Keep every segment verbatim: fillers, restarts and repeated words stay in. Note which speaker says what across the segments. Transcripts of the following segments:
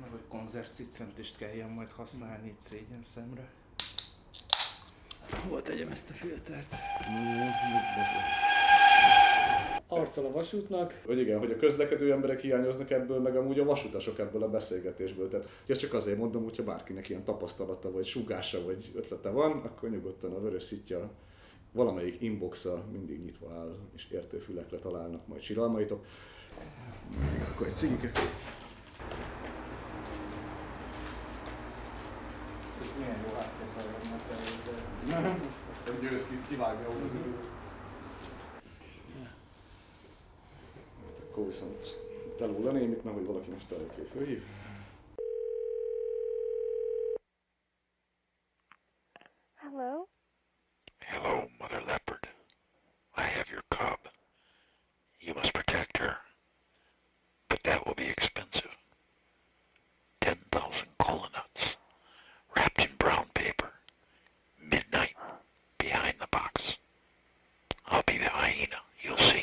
Speaker 1: meg hogy konzervciccentést kelljen majd használni itt szégyen szemre.
Speaker 2: Hol tegyem ezt a filtert? Arccal a vasútnak.
Speaker 3: Hogy igen, hogy a közlekedő emberek hiányoznak ebből, meg amúgy a vasutasok ebből a beszélgetésből. Tehát ezt csak azért mondom, hogyha bárkinek ilyen tapasztalata, vagy sugása, vagy ötlete van, akkor nyugodtan a Vörös Szitja valamelyik inboxa mindig nyitva áll, és értő fülekre találnak majd siralmaitok. Akkor egy cigike.
Speaker 1: És milyen jó háttérszerveznek el,
Speaker 3: de azt egy győz kivágja az időt. Akkor viszont teló lenémít, mert hogy valaki most előké fölhív.
Speaker 4: Hello?
Speaker 5: Hello, Mother Leopard. I have your cub. You must protect her. But that will be expensive. Ten thousand cola nuts, wrapped in brown paper. Midnight, behind the box. I'll be the hyena, you'll see.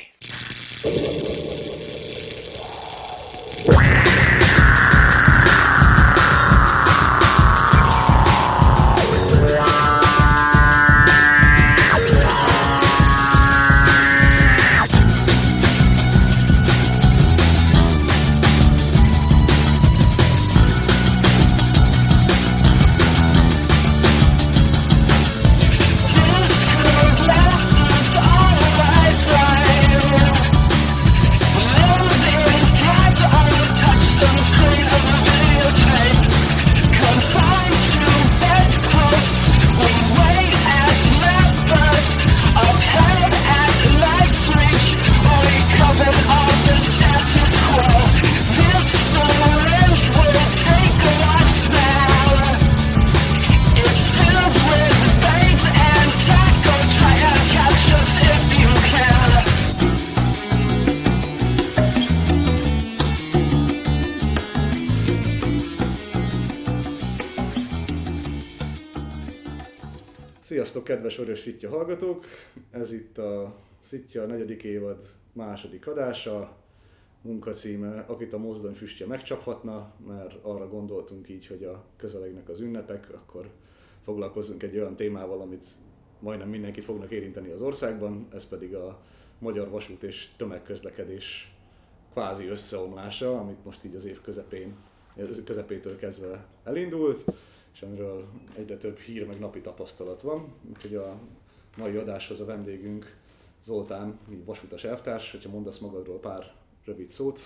Speaker 3: Sziasztok, kedves Vörös Szitja hallgatók! Ez itt a Szitja negyedik évad második adása. Munkacíme, akit a mozdony füstje megcsaphatna, mert arra gondoltunk így, hogy a közelegnek az ünnepek, akkor foglalkozzunk egy olyan témával, amit majdnem mindenki fognak érinteni az országban, ez pedig a magyar vasút és tömegközlekedés kvázi összeomlása, amit most így az év közepén, közepétől kezdve elindult, és amiről egyre több hír meg napi tapasztalat van. Úgyhogy a mai adáshoz a vendégünk Zoltán, vasutas elvtárs, hogyha mondasz magadról pár rövid szót.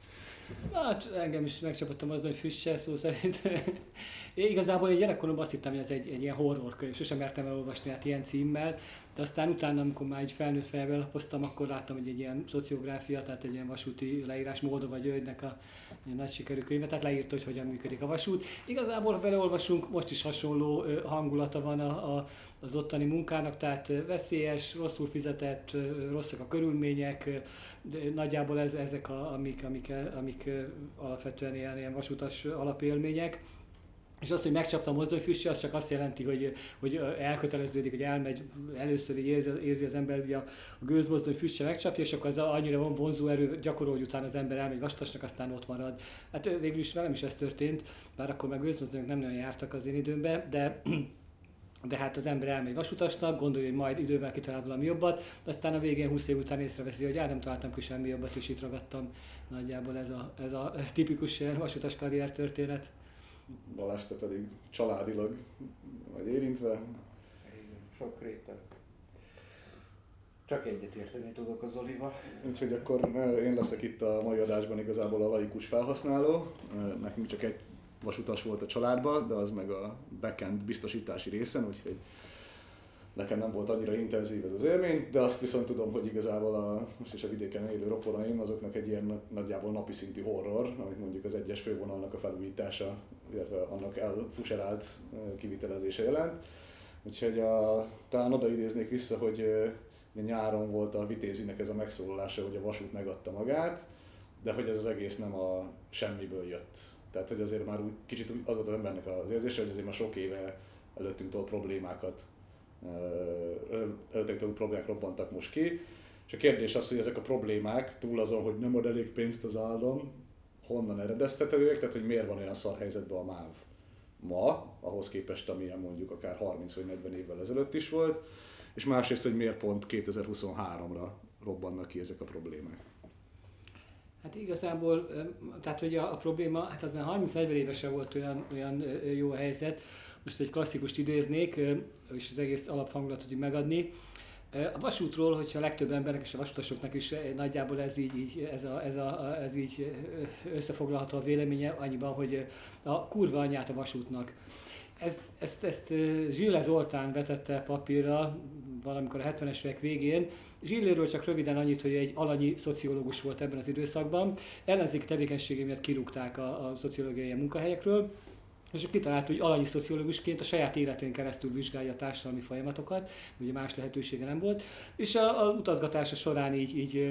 Speaker 2: Hát engem is megcsapott a mozdony füstje, szó szerint. Én igazából egy gyerekkoromban azt hittem, hogy ez egy, egy ilyen horrorkönyv, sosem mertem elolvasni hát ilyen címmel, de aztán utána, amikor már egy felnőtt fejjel lapoztam, akkor láttam, hogy egy ilyen szociográfia, tehát egy ilyen vasúti leírás, Moldova Györgynek a nagy sikerű könyve, tehát leírta, hogy hogyan működik a vasút. Igazából, ha beleolvasunk, most is hasonló hangulata van a, a, az ottani munkának, tehát veszélyes, rosszul fizetett, rosszak a körülmények, de nagyjából ez, ezek, a, amik, amik, amik alapvetően ilyen, ilyen vasutas alapélmények. És az, hogy megcsapta a mozdonyfüstje, az csak azt jelenti, hogy, hogy elköteleződik, hogy elmegy, először így érzi, érzi az ember, hogy a, a gőzmozdony füstje megcsapja, és akkor az annyira van vonzó erő, gyakorol, hogy utána az ember elmegy vasutasnak, aztán ott marad. Hát végül is velem is ez történt, bár akkor meg gőzmozdonyok nem nagyon jártak az én időmben, de de hát az ember elmegy vasutasnak, gondolja, hogy majd idővel kitalál valami jobbat, aztán a végén húsz év után észreveszi, hogy nem találtam ki semmi jobbat, és itt ragadtam. Nagyjából ez a, ez a tipikus vasutas karrier történet.
Speaker 3: Balázs, te pedig családilag vagy érintve.
Speaker 1: Sok réteg. Csak egyet érteni tudok az Zolival.
Speaker 3: Úgyhogy akkor én leszek itt a mai adásban igazából a laikus felhasználó. Nekünk csak egy vasutas volt a családban, de az meg a backend biztosítási részen, úgyhogy nekem nem volt annyira intenzív ez az élmény, de azt viszont tudom, hogy igazából a, most is a vidéken élő rokonaim, azoknak egy ilyen nagyjából napi szintű horror, amit mondjuk az egyes fővonalnak a felújítása, illetve annak elfuserált kivitelezése jelent. Úgyhogy a, talán oda idéznék vissza, hogy nyáron volt a Vitézinek ez a megszólalása, hogy a vasút megadta magát, de hogy ez az egész nem a semmiből jött. Tehát, hogy azért már úgy, kicsit az volt az embernek az érzése, hogy azért már sok éve előttünktől problémákat, előttünktől problémák robbantak most ki. És a kérdés az, hogy ezek a problémák túl azon, hogy nem ad elég pénzt az állam, honnan eredeztetőek, tehát hogy miért van olyan szar helyzetben a MÁV ma, ahhoz képest, amilyen mondjuk akár harminc vagy negyven évvel ezelőtt is volt, és másrészt, hogy miért pont kétezer-huszonháromra robbannak ki ezek a problémák.
Speaker 2: Hát igazából, tehát hogy a, a probléma, hát az harminc-negyven évesen volt olyan, olyan jó helyzet, most egy klasszikust idéznék, és az egész alaphangulatot így megadni. A vasútról, hogyha a legtöbb embernek és a vasutasoknak is nagyjából ez így, így, ez, a, ez, a, ez így összefoglalható a véleménye annyiban, hogy a kurva anyját a vasútnak. Ez, ezt, ezt Zsille Zoltán vetette papírra valamikor a hetvenes évek végén. Zsilléről csak röviden annyit, hogy egy alanyi szociológus volt ebben az időszakban. Ellenzéki tevékenysége miatt kirúgták a, a szociológiai munkahelyekről, és kitalálta, hogy alanyi szociológusként a saját életén keresztül vizsgálja a társadalmi folyamatokat, ugye más lehetősége nem volt, és a, a utazgatása során így, így,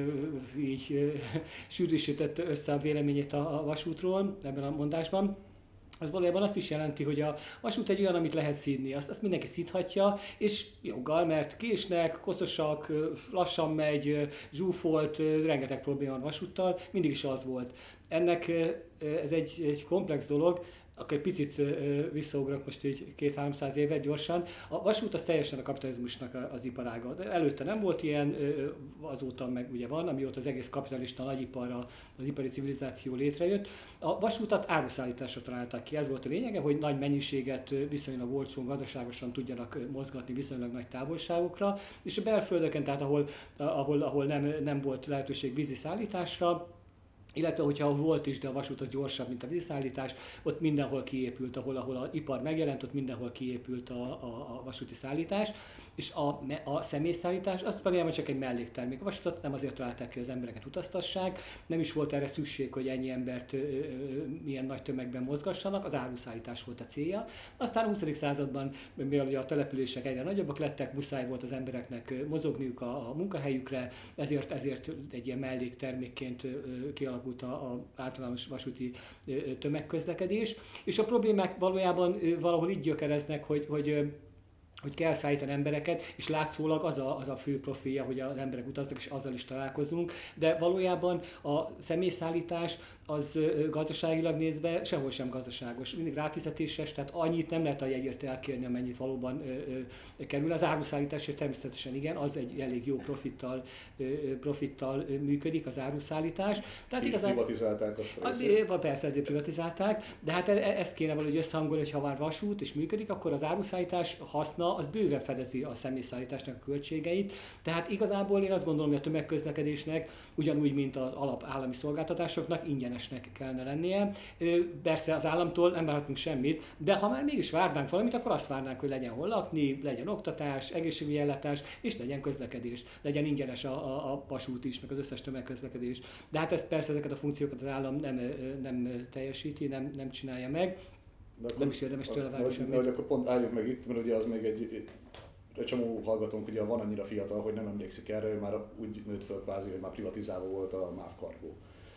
Speaker 2: így sűrűsítette össze a véleményét a, a vasútról ebben a mondásban. Az valójában azt is jelenti, hogy a vasút egy olyan, amit lehet szídni, azt, azt mindenki szídhatja, és joggal, mert késnek, koszosak, lassan megy, zsúfolt, rengeteg probléma van vasúttal, mindig is az volt. Ennek ez egy, egy komplex dolog, akkor egy picit visszaugrok most így két-háromszáz évet gyorsan. A vasút az teljesen a kapitalizmusnak az iparága. De előtte nem volt ilyen, azóta meg ugye van, amióta az egész kapitalista nagyipar, az ipari civilizáció létrejött. A vasútat áruszállításra találták ki. Ez volt a lényege, hogy nagy mennyiséget viszonylag olcsón, gazdaságosan tudjanak mozgatni viszonylag nagy távolságokra, és a belföldeken, tehát ahol, ahol, ahol nem, nem volt lehetőség vízi szállításra, illetve hogyha volt is, de a vasút az gyorsabb, mint a vízszállítás, ott mindenhol kiépült, ahol, ahol az ipar megjelent, ott mindenhol kiépült a, a, a vasúti szállítás, és a, a személyszállítás az valójában csak egy melléktermék. A vasutat nem azért találták ki, hogy az embereket utaztassák, nem is volt erre szükség, hogy ennyi embert ö, ö, milyen nagy tömegben mozgassanak, az áruszállítás volt a célja. Aztán a huszadik században, mivel a települések egyre nagyobbak lettek, muszáj volt az embereknek mozogniuk a, a munkahelyükre, ezért, ezért egy ilyen melléktermékként ö, kialakult a általános vasúti ö, tömegközlekedés. És a problémák valójában ö, valahol így gyökereznek, hogy, hogy ö, hogy kell szállítani embereket, és látszólag az a, az a fő profilja, hogy az emberek utaznak, és azzal is találkozunk, de valójában a személyszállítás az gazdaságilag nézve sehol sem gazdaságos, mindig ráfizetéses, tehát annyit nem lehet a jegyért elkérni, amennyit valóban ö, ö, kerül. Az áruszállításért természetesen igen, az egy elég jó profittal, ö, profittal működik az áruszállítás. Tehát
Speaker 3: Így
Speaker 2: igazán,
Speaker 3: privatizálták azt a
Speaker 2: részét. Persze ezért privatizálták, de hát ezt kéne valahogy összehangolni, hogy ha már vasút és működik, akkor az áruszállítás haszna az bőven fedezi a személyszállításnak a költségeit. Tehát igazából én azt gondolom, hogy a tömegközlekedésnek ugyanúgy, mint az alap állami szolgáltatásoknak ingyenesnek kellene lennie. Persze az államtól nem várhatunk semmit, de ha már mégis várnánk valamit, akkor azt várnánk, hogy legyen hol lakni, legyen oktatás, egészségügyi ellátás, és legyen közlekedés. Legyen ingyenes a, a, a vasút is, meg az összes tömegközlekedés. De hát ezt persze ezeket a funkciókat az állam nem, nem teljesíti, nem, nem csinálja meg. De nem is érdemes tőle várni semmit.
Speaker 3: De akkor pont álljunk meg itt, mert ugye az még egy, egy csomó hallgatónk ugye van annyira fiatal, hogy nem emlékszik erre, hogy már úgy nőtt föl kvázi, hogy már privatizálva volt a MÁV Cargo.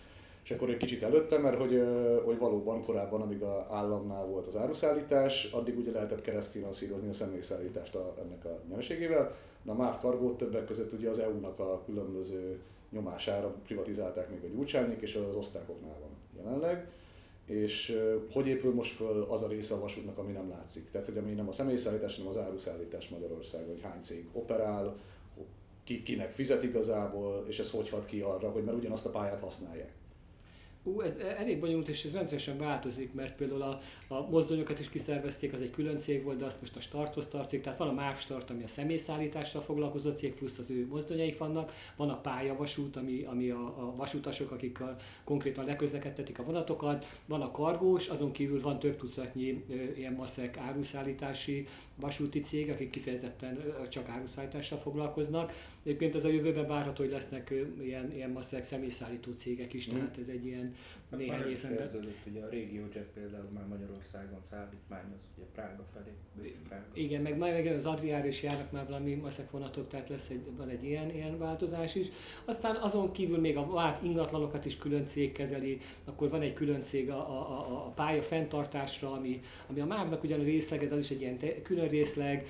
Speaker 3: És akkor egy kicsit előtte, mert hogy, hogy valóban korábban, amíg az államnál volt az áruszállítás, addig ugye lehetett keresztfinanszírozni a személyszállítást a, ennek a nyereségével. De a MÁV Cargo többek között ugye az é u-nak a különböző nyomására privatizálták még a Gyurcsányék, és az osztrákoknál van jelenleg. És hogy épül most föl az a része a vasútnak, ami nem látszik. Tehát, hogy ami nem a személyszállítás, hanem az áruszállítás Magyarországon, hogy hány cég operál, ki, kinek fizet igazából, és ez hogy hat ki arra, hogy mert ugyanazt a pályát használják.
Speaker 2: Ú, ez elég bonyolult, és ez rendszeresen változik, mert például a, a mozdonyokat is kiszervezték, az egy külön cég volt, de azt most a Starthoz tartják, tehát van a MÁV Start, ami a személyszállítással foglalkozó cég, plusz az ő mozdonyaik vannak, van a pályavasút, ami, ami a, a vasutasok, akik a, konkrétan leközlekedtetik a vonatokat, van a kargós, azon kívül van több tucatnyi ö, ilyen maszek áruszállítási vasúti cég, akik kifejezetten ö, csak áruszállítással foglalkoznak. Egyébként ez a jövőben várható, hogy lesznek ö, ilyen, ilyen maszek személyszállító cégek is, mm. tehát ez egy ilyen
Speaker 1: hát
Speaker 2: néhány éven
Speaker 1: kezdődött, ugye a RegioJet például már Magyarországon szállítmány, az ugye Prága felé, Bécs Prága.
Speaker 2: Igen, meg majd az Adriára is járnak már valami maszek vonatok, tehát lesz egy, van egy ilyen, ilyen változás is. Aztán azon kívül még a MÁV ingatlanokat is külön cég kezeli, akkor van egy külön cég a, a, a pálya fenntartásra, ami, ami a MÁV-nak ugyan a részleged, az is egy ilyen te, külön részleg,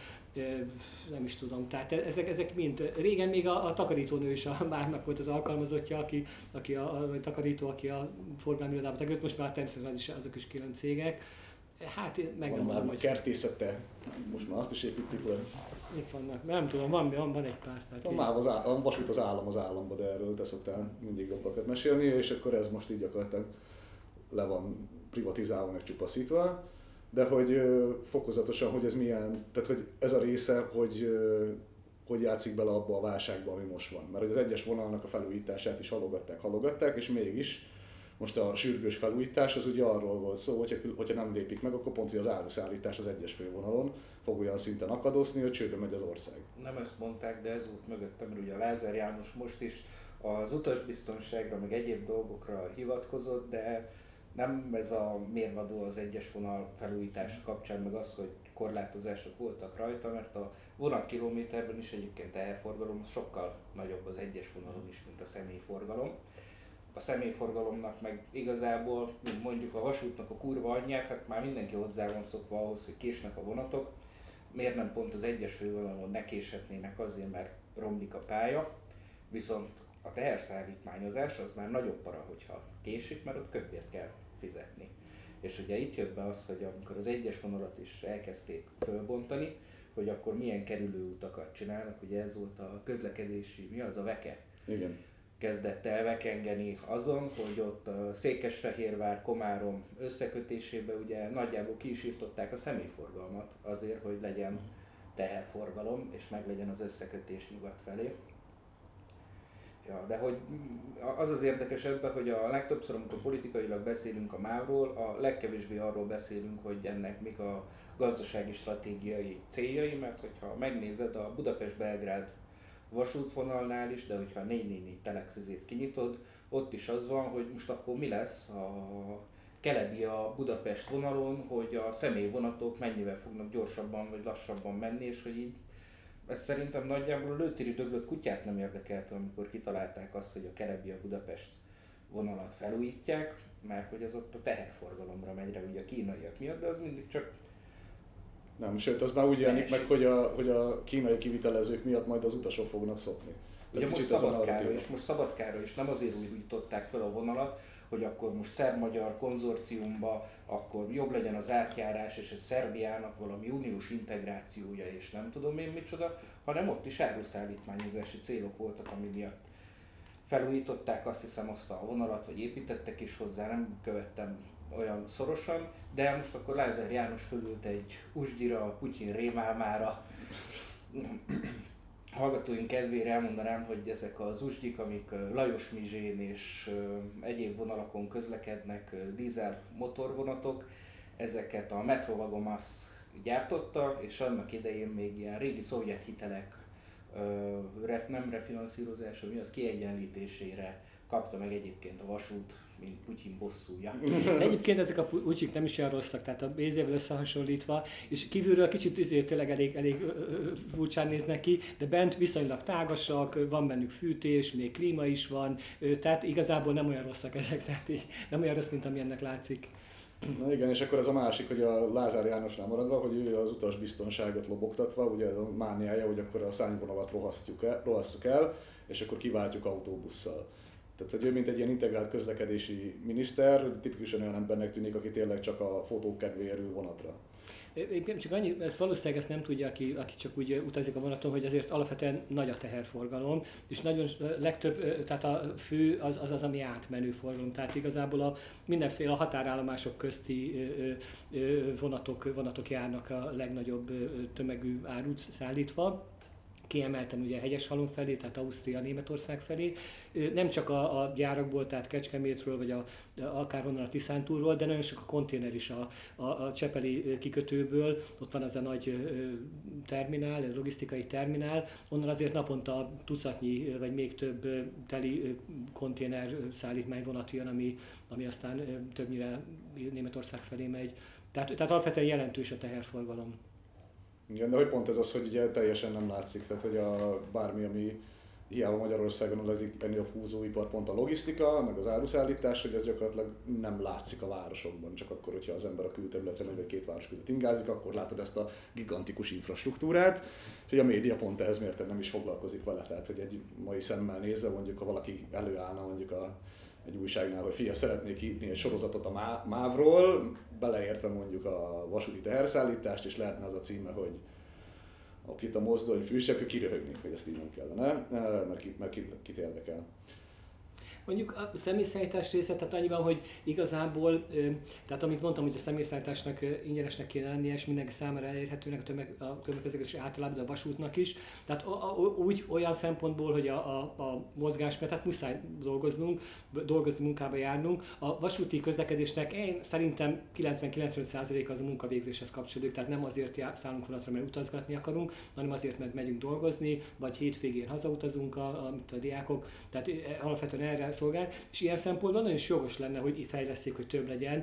Speaker 2: nem is tudom, tehát ezek, ezek mind, régen még a, a takarítónő is a MÁV-nak volt az alkalmazottja, aki, aki a, a takarító, aki a forgalmi irodába tekerült, most már természetesen az is, azok is külön cégek. Hát meg
Speaker 3: Van már a kertészete, most már azt is építik le.
Speaker 2: Itt vannak, nem tudom, van, van, van egy pár.
Speaker 3: A, MÁV az áll, a vasút az állam az államba, de erről te szoktál mindig jobbakat mesélni, és akkor ez most így gyakorlatilag le van privatizálva, meg csupaszítva. De hogy ö, fokozatosan, hogy ez milyen, tehát hogy ez a része, hogy ö, hogy játszik bele abba a válságba, ami most van. Mert hogy az egyes vonalnak a felújítását is halogatták, halogatták, és mégis most a sürgős felújítás az ugye arról volt szó, hogyha, hogyha nem lépik meg, akkor pont hogy az áruszállítás az egyes fővonalon fog olyan szinten akadozni, hogy csődbe megy az ország.
Speaker 1: Nem ezt mondták, de ez volt mögöttem, mert ugye a Lázár János most is az utasbiztonságra, meg egyéb dolgokra hivatkozott, de nem ez a mérvadó az egyes vonal felújítás kapcsán, meg az, hogy korlátozások voltak rajta, mert a vonatkilométerben is egyébként teherforgalom sokkal nagyobb az egyes vonalon is, mint a személyforgalom. A személyforgalomnak meg igazából, mint mondjuk a vasútnak a kurva anyját, hát már mindenki hozzá van szokva ahhoz, hogy késnek a vonatok. Miért nem pont az egyes fővonalon ne késhetnének azért, mert romlik a pálya, viszont a teherszállítmányozás az már nagyobb para, hogyha késik, mert ott köbbért kell fizetni. És ugye itt jött be az, hogy amikor az egyes vonalat is elkezdték fölbontani, hogy akkor milyen kerülőutakat csinálnak, ugye ez volt a közlekedési, mi az a veke?
Speaker 3: Igen.
Speaker 1: Kezdett el vekengeni azon, hogy ott a Székesfehérvár, Komárom összekötésébe ugye nagyjából ki is írtották a személyforgalmat azért, hogy legyen teherforgalom és meg legyen az összekötés nyugat felé. Ja, de hogy az az érdekes ebben, hogy a legtöbbször, amikor politikailag beszélünk a MÁV-ról, a legkevésbé arról beszélünk, hogy ennek mik a gazdasági stratégiai céljai, mert hogyha megnézed a Budapest-Belgrád vasútvonalnál is, de hogyha a négy négy négy telexizét kinyitod, ott is az van, hogy most akkor mi lesz a Kelebia Budapest vonalon, hogy a személyvonatok mennyivel fognak gyorsabban vagy lassabban menni, és hogy így ez szerintem nagyjából a lőtéri döglött kutyát nem érdekelte, amikor kitalálták azt, hogy a Kelebia Budapest vonalat felújítják, mert hogy az ott a teherforgalomra megy rá, ugye a kínaiak miatt, de az mindig csak
Speaker 3: nem, sőt, az már úgy jelenik meg, hogy a, hogy a kínai kivitelezők miatt majd az utasok fognak szopni.
Speaker 1: Ugye most Szabadkára is, most Szabadkára is nem azért újították fel a vonalat, hogy akkor most szerb-magyar konzorciumba, akkor jobb legyen az átjárás, és ez Szerbiának valami uniós integrációja, és nem tudom én micsoda, hanem ott is áruszállítmányozási célok voltak, ami miatt felújították azt hiszem azt a vonalat, vagy építettek is hozzá, nem követtem olyan szorosan, de most akkor Lázár János fölült egy usdira, a Putyin rémálmára. Hallgatóink kedvére elmondanám, hogy ezek az usdik, amik Lajos Mizsén és egyéb vonalakon közlekednek, dízel motorvonatok, ezeket a Metrovagomas gyártotta, és annak idején még ilyen régi szovjet hitelek nem refinanszírozása, mi az kiegyenlítésére kapta meg egyébként a vasút, mint Putyin bosszúja.
Speaker 2: Egyébként ezek a putyik nem is olyan rosszak, tehát a Bézével összehasonlítva, és kívülről kicsit azért tényleg elég, elég furcsán néznek ki, de bent viszonylag tágasak, van bennük fűtés, még klíma is van, tehát igazából nem olyan rosszak ezek, tehát így nem olyan rossz, mint ami ennek látszik.
Speaker 3: Na igen, és akkor ez a másik, hogy a Lázár Jánosnál maradva, hogy ő az utasbiztonságot lobogtatva, ugye a mániája, hogy akkor a szárnyvonalat rohasztjuk el, rohasszuk el, és akkor kiváltjuk autóbusszal. Tehát, hogy ő mint egy ilyen integrált közlekedési miniszter, tipikusan olyan embernek tűnik, aki tényleg csak a fotók kedvéért ül vonatra.
Speaker 2: Én csak annyi, ezt valószínűleg ezt nem tudja, aki, aki csak úgy utazik a vonaton, hogy azért alapvetően nagy a teherforgalom, és nagyon legtöbb, tehát a fő az az, az ami átmenő forgalom, tehát igazából a mindenféle határállomások közti vonatok, vonatok járnak a legnagyobb tömegű árut szállítva. Kiemelten ugye Hegyeshalom felé, tehát Ausztria, Németország felé. Nem csak a, a gyárakból, tehát Kecskemétről, vagy a, akár onnan a Tiszántúlról, de nagyon sok a konténer is a, a, a Csepeli kikötőből. Ott van ez a nagy terminál, a logisztikai terminál. Onnan azért naponta tucatnyi, vagy még több teli konténer szállítmányvonat jön, ami, ami aztán többnyire Németország felé megy. Tehát, tehát alapvetően jelentős a teherforgalom.
Speaker 3: Igen, de hogy pont ez az, hogy ugye teljesen nem látszik, tehát hogy a bármi, ami hiába Magyarországon a legnagyobb húzóipar pont a logisztika, meg az áruszállítás, hogy ez gyakorlatilag nem látszik a városokban, csak akkor, hogyha az ember a külterületre megy, vagy két város között ingázik, akkor látod ezt a gigantikus infrastruktúrát, és hogy a média pont ehhez mérten nem is foglalkozik vele, tehát hogy egy mai szemmel nézve mondjuk, ha valaki előállna mondjuk a egy újságnál, hogy figyelj, szeretnék írni egy sorozatot a mávról, beleértve mondjuk a vasúti teherszállítást, és lehetne az a címe, hogy akit a mozdony fűsek, akkor kiröhögnék, hogy ezt így nem kellene, mert, ki, mert kit, kit érdekel.
Speaker 2: Mondjuk a személyszállítás része, tehát annyiban, hogy igazából, tehát amit mondtam, hogy a személyszállításnak ingyenesnek kéne lennie, és mindenki számára elérhetőnek a, tömeg, a tömegközlekedés általában, de a vasútnak is. Tehát a, a, úgy olyan szempontból, hogy a, a, a mozgás, mert hát muszáj dolgoznunk, dolgozni, munkába járnunk. A vasúti közlekedésnek én szerintem kilencven-kilencvenöt százaléka az a munkavégzéshez kapcsolódik, tehát nem azért szállunk vonatra, mert utazgatni akarunk, hanem azért, mert megyünk dolgozni, vagy hétvégén hazautazunk a, a, a diákok, tehát alapvetően erre szolgál, és ilyen szempontból nagyon is jogos lenne, hogy fejleszték, hogy több legyen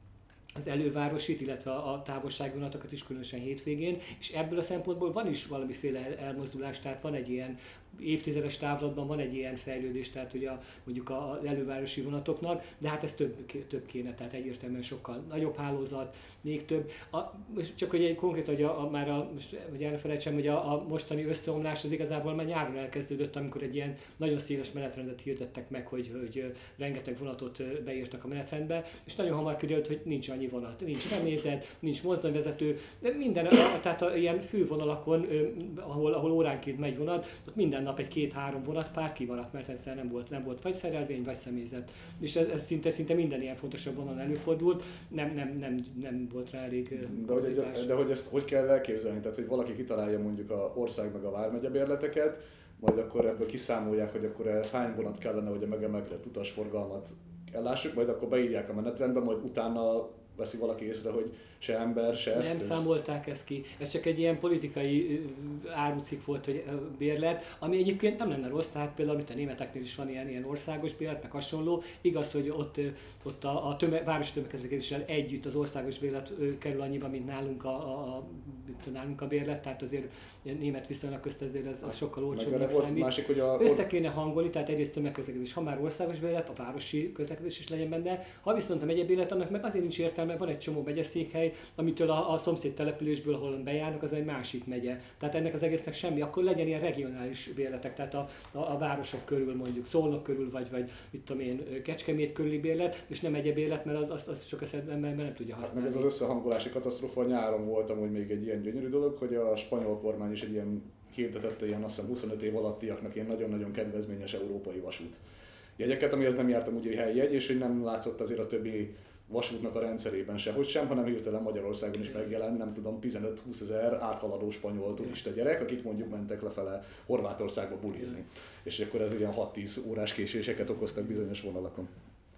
Speaker 2: az elővárosit, illetve a távolságvonatokat is, különösen hétvégén, és ebből a szempontból van is valamiféle elmozdulás, tehát van egy ilyen évtizedes távlatban van egy ilyen fejlődés, tehát ugye a, mondjuk az elővárosi vonatoknak, de hát ez több, több kéne, tehát egyértelműen sokkal nagyobb hálózat, még több. A, csak hogy egy konkrét, hogy a, a, már a, most, hogy elfelejtsem, hogy a, a mostani összeomlás az igazából már nyáron elkezdődött, amikor egy ilyen nagyon széles menetrendet hirdettek meg, hogy, hogy rengeteg vonatot beírtak a menetrendbe, és nagyon hamar kiderült, hogy nincs annyi vonat, nincs személyzet, nincs mozdonyvezető, de minden, a, tehát a, ilyen fővonalakon, ahol, ahol óránként megy vonat, ott minden nap egy két-három vonatpár kimaradt, mert egyszer nem volt, nem volt vagy szerelvény, vagy személyzet. És ez, ez szinte, szinte minden ilyen fontosabb vonalon előfordult, nem, nem, nem, nem volt rá elég
Speaker 3: de hogy, ez, de hogy ezt hogy kell elképzelni? Tehát, hogy valaki kitalálja mondjuk a ország meg a vármegye bérleteket, majd akkor ebből kiszámolják, hogy akkor ez hány vonat kellene, hogy a megemelkedett utasforgalmat ellássuk, majd akkor beírják a menetrendbe, majd utána veszi valaki észre, hogy se ember, se eszköz.
Speaker 2: Nem számolták ezt ki. Ez csak egy ilyen politikai árucikk volt, hogy bérlet, ami egyébként nem lenne rossz, tehát például itt a németeknél is van ilyen, ilyen országos bérlet, meg hasonló. Igaz, hogy ott, ott a, a tömeg, városi tömegközlekedéssel együtt az országos bérlet kerül annyiba, mint nálunk a, a, a, nálunk a bérlet, tehát azért német viszonylag közt ezért az, az sokkal olcsóbbnak számít.
Speaker 3: Másik, hogy a...
Speaker 2: Össze kéne hangolni, tehát egyrészt tömegközlekedés, ha már országos bérlet, a városi közlekedés is legyen benne. Ha viszont a megyebérlet, annak meg azért nincs értelme, van egy csomó megyeszékhely, amitől a, a szomszéd településből, ahol bejárnak, az egy másik megye. Tehát ennek az egésznek semmi, akkor legyen ilyen regionális bérletek, tehát a, a, a városok körül, mondjuk Szolnok körül, vagy, vagy mit tudom én, Kecskemét körüli bérlet, és nem megyebérlet, mert az, az, az sok esetben nem tudja használni.
Speaker 3: Hát meg az összehangolási katasztrófa nyáron voltam, hogy még egy ilyen gyönyörű dolog, hogy a spanyol kormány is egy ilyen hirdetette ilyen azt hiszem huszonöt év alattiaknak ilyen nagyon-nagyon kedvezményes európai vasút jegyeket, amihez nem jártam úgy, hogy helyjegy, és hogy nem látszott azért a többi vasútnak a rendszerében sehogy sem, hanem hirtelen Magyarországon is megjelent, nem tudom, tizenöt-húsz ezer áthaladó spanyol turista gyerek, akik mondjuk mentek lefele Horvátországba bulizni. És akkor ez ilyen hat-tíz órás késéseket okoztak bizonyos vonalakon.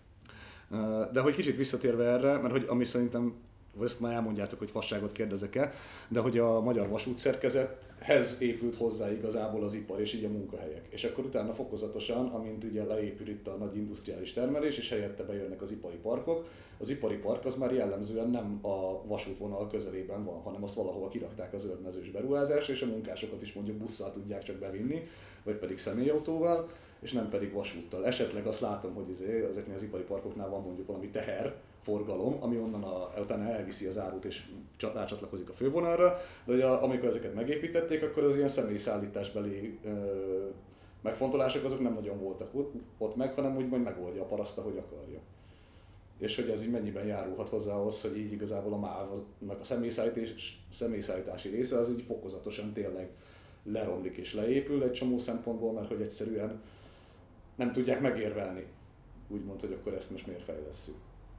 Speaker 3: De hogy kicsit visszatérve erre, mert hogy ami szerintem, vagy ezt már elmondjátok, hogy fasságot kérdezek-e, de hogy a magyar vasútszerkezethez épült hozzá igazából az ipar és így a munkahelyek. És akkor utána fokozatosan, amint ugye leépül itt a nagy industriális termelés, és helyette bejönnek az ipari parkok, az ipari park az már jellemzően nem a vasútvonal közelében van, hanem azt valahol kirakták az zöldmezős beruházás, és a munkásokat is mondjuk busszal tudják csak bevinni, vagy pedig személyautóval, és nem pedig vasúttal. Esetleg azt látom, hogy ezeknél az ipari parkoknál van mondjuk valami teher, forgalom, ami onnan a, utána elviszi az árut és rácsatlakozik a fővonalra, de ugye, amikor ezeket megépítették, akkor az ilyen személyszállításbeli ö, megfontolások azok nem nagyon voltak ott meg, hanem úgy majd megoldja a paraszt, ahogy akarja. És hogy ez így mennyiben járulhat hozzá ahhoz, hogy így igazából a mávnak a személyszállítás, személyszállítási része az így fokozatosan tényleg leromlik és leépül egy csomó szempontból, mert hogy egyszerűen nem tudják megérvelni. Úgymond, hogy akkor ezt most miért fejlesszük.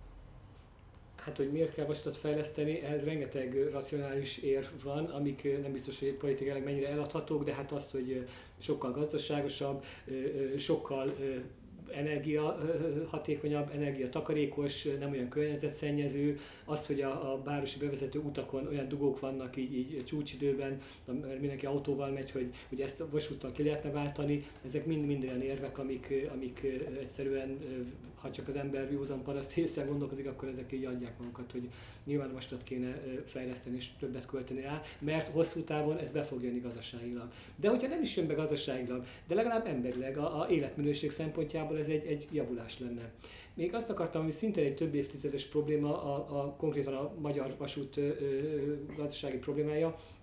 Speaker 2: Hát, hogy miért kell vasutat fejleszteni, ehhez rengeteg racionális érv van, amik nem biztos, hogy politikailag mennyire eladhatók, de hát az, hogy sokkal gazdaságosabb, sokkal energia hatékonyabb, energia takarékos, nem olyan környezetszennyező, az, hogy a, a városi bevezető utakon olyan dugók vannak így, így csúcsidőben, mert mindenki autóval megy, hogy, hogy ezt vasúttal ki lehetne váltani, ezek mind-mind olyan érvek, amik, amik egyszerűen, ha csak az ember józan paraszt észre gondolkozik, akkor ezek így adják magukat, hogy nyilván vasutat kéne fejleszteni és többet költeni rá, mert hosszú távon ez be fog jönni gazdaságilag. De hogyha nem is jön be gazdaságilag, de legalább emberileg, a, a életminőség szempontjából ez egy, egy javulás lenne. Még azt akartam, hogy szintén egy több évtizedes probléma, a, a, konkrétan a magyar vasút ö, ö, gazdasági problémája,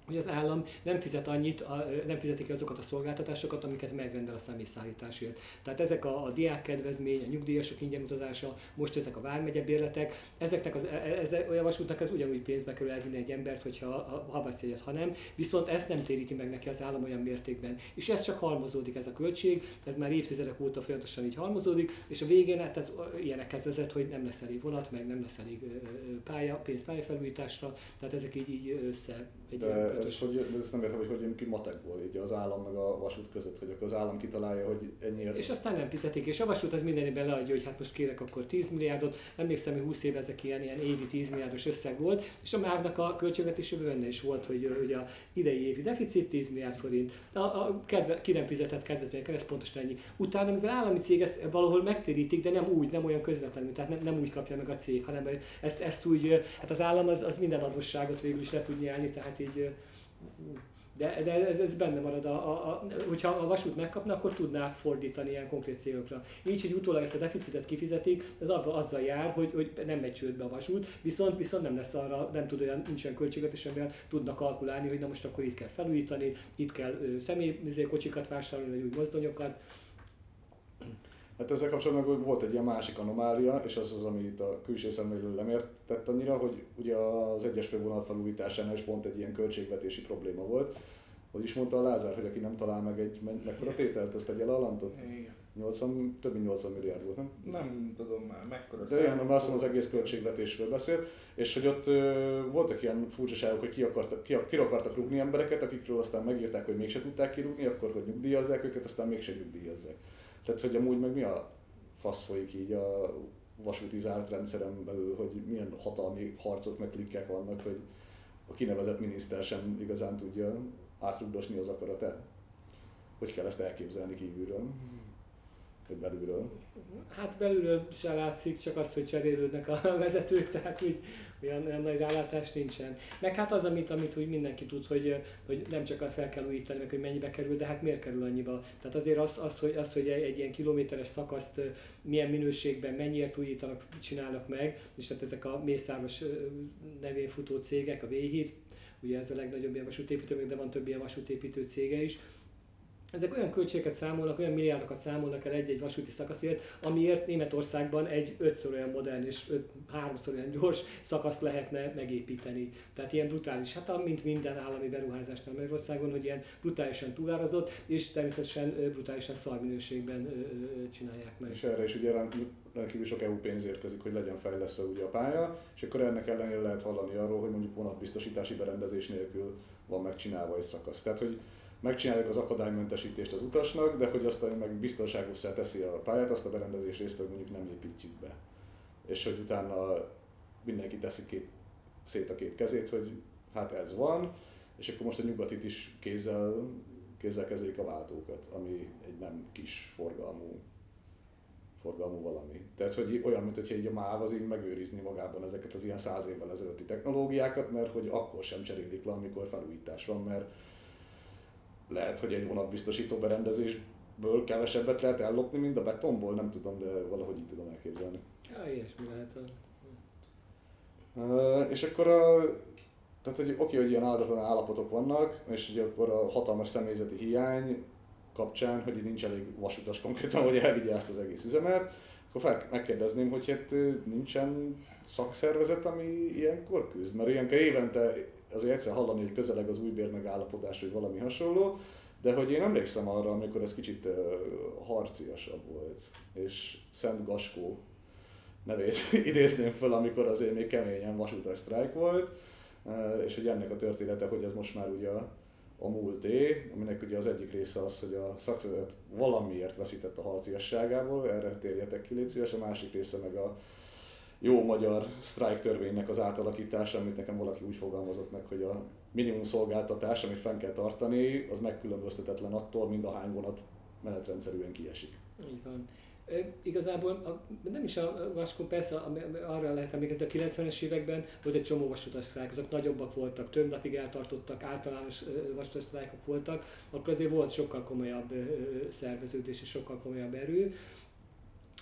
Speaker 2: hogy az állam nem fizet annyit, a, nem fizeti ki azokat a szolgáltatásokat, amiket megrendel a személyszállításért. Tehát ezek a, a diákkedvezmény, a nyugdíjasok ingyen utazása, most ezek a vármegyebérletek, ezeknek az, ezek, a javaslatnak ez ugyanúgy pénzbe kerül elvinni egy embert, hogyha ha, ha vesz egyet, ha nem, viszont ezt nem téríti meg neki az állam olyan mértékben. És ez csak halmozódik ez a költség, ez már évtizedek óta folyamatosan így halmozódik, és a végén hát ez ilyenekhez vezet, hogy nem lesz elég vonat, meg nem lesz elég pálya, pénz pályafelújításra, tehát ezek így, így össze egy
Speaker 3: de ez, hogy, ezt nem értem, hogy hogy jön ki matekból, így az állam meg a vasút között, hogy akkor az állam kitalálja, hogy ennyiért.
Speaker 2: És aztán nem fizetik, és a vasút az minden évben leadja, hogy hát most kérek akkor tíz milliárdot, emlékszem, hogy húsz éve ezek ilyen, ilyen évi tíz milliárdos összeg volt, és a MÁV-nak a költségvetésében benne is volt, hogy, hogy a idei évi deficit tíz milliárd forint, a, a kedve, ki nem fizetett kedvezményekre, ez pontosan ennyi. Utána, mivel állami cég ezt valahol megtérítik, de nem úgy, nem olyan közvetlenül, tehát nem, nem úgy kapja meg a cég, hanem ezt, ezt úgy, hát az állam az, az minden adósságot végül is le tud nyelni, tehát így De, de ez, ez benne marad, a, a, a, hogyha a vasút megkapna, akkor tudná fordítani ilyen konkrét célokra. Így, hogy utólag ezt a deficitet kifizetik, ez azzal jár, hogy, hogy nem megy csődbe a vasút, viszont, viszont nem lesz arra, nem tud olyan, nincs olyan költségvetés, amivel tudnak kalkulálni, hogy na most akkor itt kell felújítani, itt kell személykocsikat vásárolni, vagy új mozdonyokat.
Speaker 3: Hát ezzel kapcsolatban volt egy ilyen másik anomália, és az az, amit a külső szemlélő nem értett annyira, hogy ugye az egyes fővonal felújításánál is pont egy ilyen költségvetési probléma volt. Hogy is mondta a Lázár, hogy aki nem talál meg egy mekkora tételt, azt tegye le a lantot? nyolcvan, több mint nyolcvan milliárd volt, nem?
Speaker 1: Nem tudom már mekkora.
Speaker 3: De ilyen, azt mondom, az egész költségvetésről beszél, és hogy ott ö, voltak ilyen furcsaságok, hogy ki akartak, ki, ki akartak rúgni embereket, akikről aztán megírták, hogy mégse tudták kirúgni, akkor hogy nyugdíjazzák őket, aztán mégse nyugdíjazzák. Tehát, hogy amúgy meg mi a fasz folyik így a vasúti zárt rendszeren belül, hogy milyen hatalmi harcok meg klikkek vannak, hogy a kinevezett miniszter sem igazán tudja átrugdosni az akaratát. Hogy kell ezt elképzelni kívülről? Vagy belülről?
Speaker 2: Hát belülről se látszik, csak azt, hogy cserélődnek a vezetők, tehát úgy olyan, olyan nagy rálátás nincsen. Meg hát az, amit, amit úgy mindenki tud, hogy, hogy nem csak fel kell újítani, meg hogy mennyibe kerül, de hát miért kerül annyiba. Tehát azért az, az, hogy, az, hogy egy ilyen kilométeres szakaszt milyen minőségben, mennyiért újítanak, csinálnak meg, és tehát ezek a Mészáros nevén futó cégek, a Véhíd, ugye ez a legnagyobb ilyen vasútépítő, de van több ilyen vasútépítő cége is. Ezek olyan költségeket számolnak, olyan milliárdokat számolnak el egy-egy vasúti szakaszért, amiért Németországban egy ötször olyan modern és öt, háromszor olyan gyors szakaszt lehetne megépíteni. Tehát ilyen brutális, hát mint minden állami beruházásnál Magyarországon, hogy ilyen brutálisan túlárazott, és természetesen brutálisan szarminőségben csinálják meg.
Speaker 3: És erre is ugye rendkívül sok é u pénz érkezik, hogy legyen fejlesztve ugye a pálya, és akkor ennek ellenére lehet hallani arról, hogy mondjuk vonatbiztosítási berendezés nélkül van megcsinálva egy szakasz. Tehát, hogy megcsináljuk az akadálymentesítést az utasnak, de hogy aztán meg biztonságossá teszi a pályát, azt a berendezés részt mondjuk nem építjük be. És hogy utána mindenki teszi két, szét a két kezét, hogy hát ez van, és akkor most a nyugatit is kézzel, kézzel kezelik a váltókat, ami egy nem kis forgalmú, forgalmú valami. Tehát, hogy olyan, mint hogyha így a MÁV az így megőrizni magában ezeket az ilyen száz évvel ezelőtti technológiákat, mert hogy akkor sem cserélik le, amikor felújítás van, mert lehet, hogy egy vonatbiztosító berendezésből kevesebbet lehet ellopni, mint a betonból, nem tudom, de valahogy így tudom elképzelni.
Speaker 2: Ja, ilyesmi lehet.
Speaker 3: Uh, és akkor a, tehát hogy oké, hogy ilyen áldatlan állapotok vannak, és ugye akkor a hatalmas személyzeti hiány kapcsán, hogy nincs elég vasutas konkrétan, hogy elvigye ezt az egész üzemet, akkor fel, megkérdezném, hogy hát nincsen szakszervezet, ami ilyenkor küzd, mert ilyenkor évente azért egyszer hallani, hogy közeleg az új bérmegállapodás, vagy valami hasonló, de hogy én emlékszem arra, amikor ez kicsit uh, harciasabb volt, és Szent Gaskó nevét idézném föl, amikor azért még keményen vasutas sztrájk volt, uh, és hogy ennek a története, hogy ez most már ugye a, a múlté, aminek ugye az egyik része az, hogy a szakszervezet valamiért veszített a harciasságából, erre térjetek ki, légy szíves, a másik része meg a jó magyar sztrájk törvénynek az átalakítása, amit nekem valaki úgy fogalmazott meg, hogy a minimum szolgáltatás, amit fenn kell tartani, az megkülönböztetetlen attól, mind ahány vonat menetrendszerűen kiesik.
Speaker 2: Így van. E, igazából a, nem is a Vaskó, persze arra lehet emlékezni, a kilencvenes években volt egy csomó vasutas sztrájk, azok nagyobbak voltak, több napig eltartottak, általános vasutas sztrájkok voltak, akkor azért volt sokkal komolyabb szerveződés és sokkal komolyabb erő.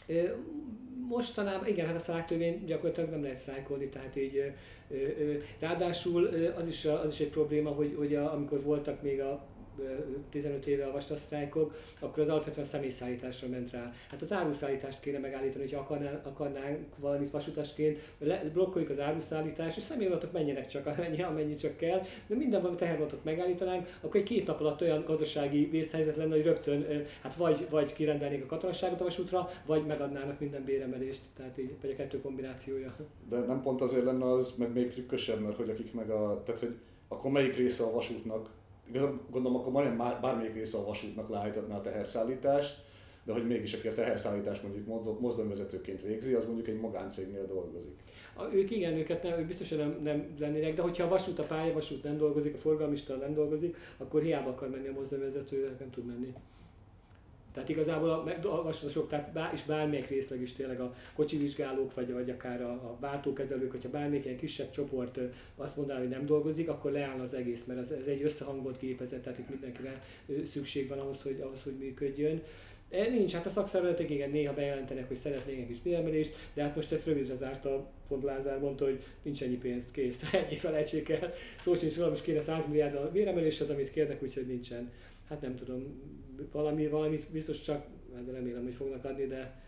Speaker 2: Mostanában, igen, hát a sztrájktörvény gyakorlatilag nem lehet sztrájkolni, tehát így ráadásul az is, az is egy probléma, hogy, hogy a, amikor voltak még a tizenöt éve a vastagsztrájkok, akkor az alapvetően a személyszállításra ment rá. Hát az áruszállítást kéne megállítani, hogyha akarnánk, akarnánk valamit vasutasként, blokkoljuk az áruszállítást, és személyvonatok menjenek csak amennyi, amennyi csak kell, de minden tehervonatot megállítanánk, akkor egy két nap alatt olyan gazdasági vészhelyzet lenne, hogy rögtön hát vagy, vagy kirendelnék a katonaságot a vasútra, vagy megadnának minden béremelést, tehát így, vagy a kettő kombinációja.
Speaker 3: De nem pont azért lenne az meg még trükkösebb, mert hogy akik meg a, tehát hogy akkor melyik része a vasútnak, igazán gondolom, akkor majdnem bármelyik része a vasútnak leállítatná a teherszállítást, de hogy mégis aki a teherszállítást mondjuk mozdonyvezetőként végzi, az mondjuk egy magáncégnél dolgozik.
Speaker 2: A, ők igen, őket nem, ők biztosan nem, nem lennének, de hogyha a vasút, a pályavasút nem dolgozik, a forgalmista nem dolgozik, akkor hiába akar menni a mozdonyvezető, nem tud menni. Tehát igazából a, a vasutasok, tehát bár, és bármelyik részleg is tényleg a kocsivizsgálók, vagy, vagy akár a, a váltókezelők, hogyha bármelyik ilyen kisebb csoport azt mondaná, hogy nem dolgozik, akkor leállna az egész, mert ez, ez egy összehangolt gépezet, tehát itt mindenkire szükség van ahhoz, hogy, ahhoz, hogy működjön. Nincs, hát a szakszervezetek igen néha bejelentenek, hogy szeretnének is béremelést, de hát most ezt rövidre zárta, pont Lázár mondta, hogy nincs ennyi pénz, kész, ennyi felejtsék el. Szó sincs róla, most kéne száz milliárd a béremelés, az amit kérnek, úgyhogy nincsen. Hát nem tudom, valami, valami biztos csak, hát remélem, hogy fognak adni, de hát...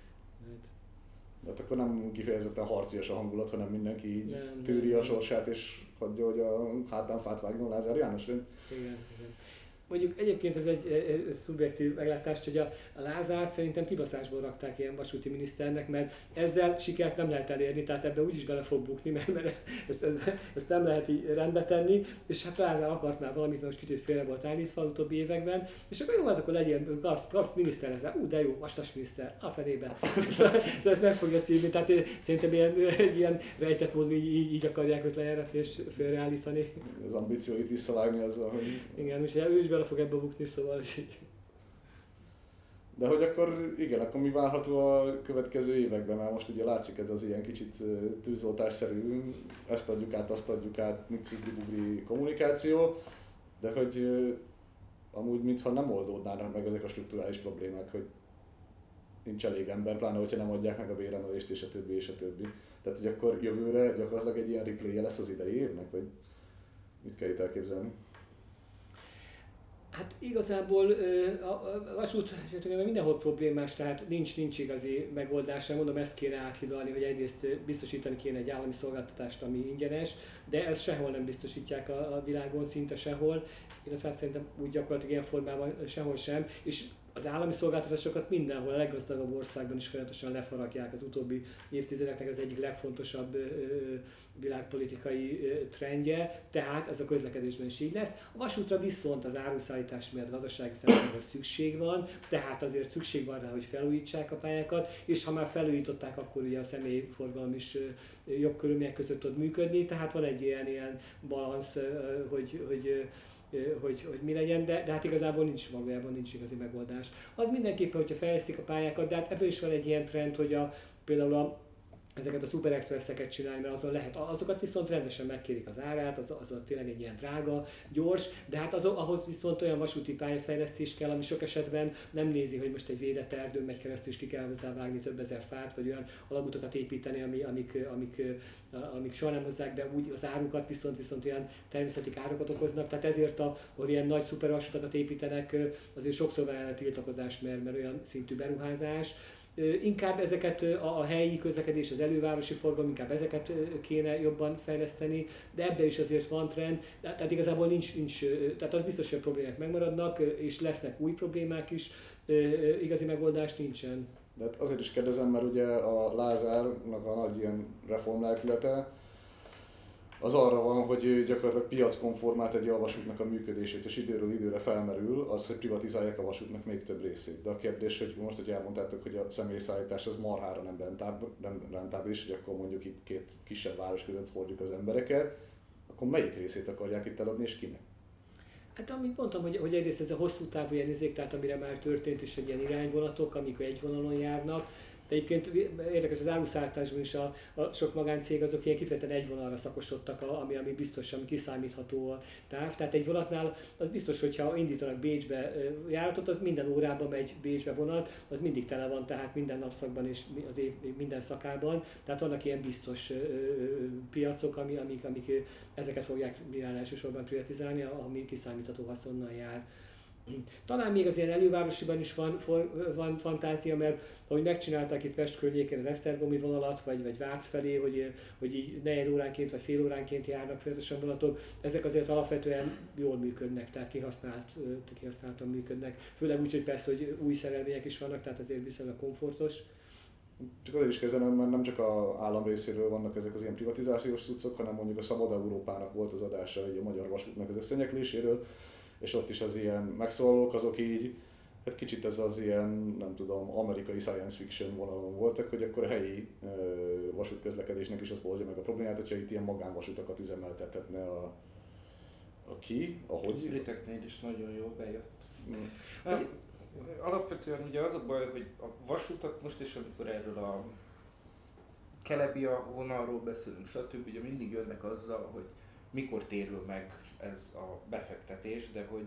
Speaker 3: Hát akkor nem kifejezetten harcias a hangulat, hanem mindenki így
Speaker 2: nem,
Speaker 3: tűri
Speaker 2: nem,
Speaker 3: a sorsát és hagyja, hogy a hátán fát vágjon Lázár János.
Speaker 2: Igen, igen. Mondjuk egyébként ez egy, egy, egy szubjektív meglátás, hogy a, a Lázárt szerintem kibaszásból rakták ilyen vasúti miniszternek, mert ezzel sikert nem lehet elérni, tehát ebbe úgyis bele fog bukni, mert, mert ezt, ezt, ezt, ezt nem lehet így rendbe tenni, és hát Lázár akart már valamit, mert most kicsit félre volt állítva az utóbbi években, és akkor jó, hát akkor legyél, kapsz, kapsz miniszter ezzel, ú, de jó, vastas miniszter, a fenébe. Szóval ezt meg fogja szívni, tehát szerintem ilyen, ilyen rejtett módon így, így, így akarják őt lejáratni és félreállítani.
Speaker 3: Az ambícióit visszavágni azzal, hogy...
Speaker 2: Igen, úgyhogy ő is bele fog ebbe bukni, szóval így.
Speaker 3: De hogy akkor igen, akkor mi várható a következő években, mert most ugye látszik ez az ilyen kicsit tűzoltásszerű, ezt adjuk át, azt adjuk át, mixigri kommunikáció, de hogy amúgy mintha nem oldódnának meg ezek a strukturális problémák, hogy nincs elég ember, pláne hogyha nem adják meg a béremelést és a többi és a többi. Tehát hogy akkor jövőre gyakorlatilag egy ilyen replay-je lesz az idei évnek, vagy mit kell itt elképzelni?
Speaker 2: Hát igazából a vasút mindenhol problémás, tehát nincs, nincs igazi megoldás, mondom, ezt kéne áthidalni, hogy egyrészt biztosítani kéne egy állami szolgáltatást, ami ingyenes, de ezt sehol nem biztosítják a, a világon, szinte sehol, illetve hát szerintem úgy gyakorlatilag ilyen formában sehol sem, és az állami szolgáltatásokat mindenhol, a leggazdagabb országban is folyamatosan lefaragják. Az utóbbi évtizedeknek az egyik legfontosabb világpolitikai trendje, tehát ez a közlekedésben is így lesz. A vasútra viszont az áruszállítás miatt gazdasági szempontból szükség van, tehát azért szükség van rá, hogy felújítsák a pályákat, és ha már felújították, akkor ugye a személyforgalom is jobb körülmények között tud működni, tehát van egy ilyen, ilyen balansz, hogy, hogy Hogy, hogy mi legyen, de, de hát igazából nincs magában, nincs igazi megoldás. Az mindenképpen, hogyha fejlesztik a pályákat, de hát ebből is van egy ilyen trend, hogy a, például a, ezeket a szuper expresszeket csinálni, mert azon lehet, azokat viszont rendesen megkérik az árát, az, az tényleg egy ilyen drága, gyors, de hát az, ahhoz viszont olyan vasúti pályafejlesztés kell, ami sok esetben nem nézi, hogy most egy védett erdőn megy keresztül, és ki kell hozzávágni több ezer fát, vagy olyan alagutakat építeni, ami, amik, amik, amik soha nem hozzák be úgy az árukat, viszont, viszont olyan természeti károkat okoznak, tehát ezért, ahol ilyen nagy szupervasutakat építenek, azért sokszor van ellen tiltakozás, mert, mert olyan szintű beruházás. Inkább ezeket a, a helyi közlekedés, az elővárosi forgalom, inkább ezeket kéne jobban fejleszteni, de ebbe is azért van trend, tehát igazából nincs, nincs tehát az biztos, hogy a problémák megmaradnak, és lesznek új problémák is, igazi megoldás nincsen.
Speaker 3: De hát azért is kérdezem, mert ugye a Lázárnak a nagy ilyen reformlelkülete, az arra van, hogy gyakorlatilag piackonformát egy a vasútnak a működését, és időről időre felmerül az, hogy privatizálják a vasútnak még több részét. De a kérdés, hogy most, hogy elmondtátok, hogy a személyszállítás az marhára nem rentábilis, hogy akkor mondjuk itt két kisebb város között hordjuk az embereket, akkor melyik részét akarják itt eladni, és kinek?
Speaker 2: Hát amit mondtam, hogy, hogy egyrészt ez a hosszú távú ilyen izék, tehát amire már történt is egy ilyen irányvonatok, amik egy vonalon járnak, De egyébként érdekes az áruszállításban is a, a sok magáncég azok ilyen kifejezetten egy vonalra szakosodtak, a, ami, ami biztos, ami kiszámítható a táv. Tehát egy vonatnál az biztos, hogyha indítanak Bécsbe járatot, az minden órában megy Bécsbe vonat, az mindig tele van, tehát minden napszakban és az év minden szakában. Tehát vannak ilyen biztos ö, ö, piacok, ami, amik, amik ezeket fogják elsősorban privatizálni, ami kiszámítható haszonnal jár. Talán még az ilyen elővárosiban is van, van fantázia, mert ahogy megcsinálták itt Pest környékén az esztergomi vonalat, vagy, vagy Vác felé, hogy, hogy így negyed óránként vagy fél óránként járnak folyamatosan vonatok, ezek azért alapvetően jól működnek, tehát kihasznált, kihasználtan működnek. Főleg úgy, hogy persze, hogy új szerelvények is vannak, tehát azért viszonylag komfortos.
Speaker 3: Csak azért is kezdenem, mert nem csak az állam részéről vannak ezek az ilyen privatizációs cuccok, hanem mondjuk a Szabad Európának volt az adása a Magyar Vasútnak az összenyekléséről, és ott is az ilyen megszólalók azok így, hát kicsit ez az ilyen, nem tudom, amerikai science fiction vonalon voltak, hogy akkor a helyi ö, vasútközlekedésnek is az oldja meg a problémát, hogyha itt ilyen magánvasutakat üzemeltethetne a, a ki, ahogy.
Speaker 1: A briteknél is nagyon jól bejött.
Speaker 3: Mm.
Speaker 1: Hát, alapvetően ugye az a baj, hogy a vasutak most is, amikor erről a Kelebia vonalról beszélünk, stb. Ugye mindig jönnek azzal, hogy mikor térül meg ez a befektetés, de hogy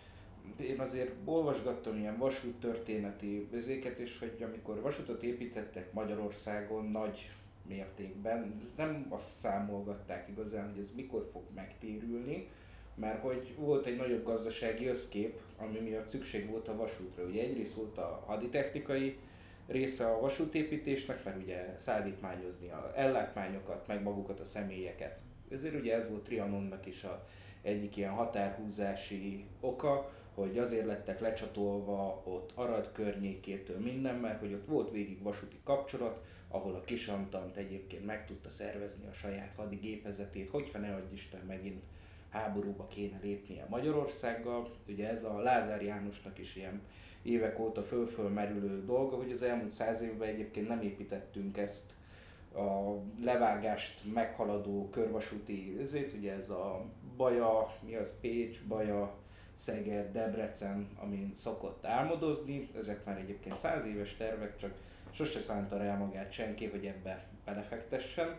Speaker 1: én azért olvasgattam ilyen vasúttörténeti bezéket, és hogy amikor vasutat építettek Magyarországon nagy mértékben, nem azt számolgatták igazán, hogy ez mikor fog megtérülni, mert hogy volt egy nagyobb gazdasági összkép, ami miatt szükség volt a vasútra. Ugye egyrészt volt a haditechnikai része a vasútépítésnek, mert ugye szállítmányozni az ellátmányokat, meg magukat a személyeket. Ezért ugye ez volt Trianonnak is a egyik ilyen határhúzási oka, hogy azért lettek lecsatolva ott Arad környékétől minden, mert hogy ott volt végig vasúti kapcsolat, ahol a Kisantant egyébként meg tudta szervezni a saját hadigépezetét, hogyha ne adj Isten megint háborúba kéne lépnie Magyarországgal. Ugye ez a Lázár Jánosnak is ilyen évek óta föl-fölmerülő dolga, hogy az elmúlt száz évben egyébként nem építettünk ezt a levágást meghaladó körvasúti ezért, ugye ez a Baja, mi az Pécs, Baja, Szeged, Debrecen, amin szokott álmodozni, ezek már egyébként száz éves tervek, csak sose szánta rá magát senki, hogy ebbe belefektessen.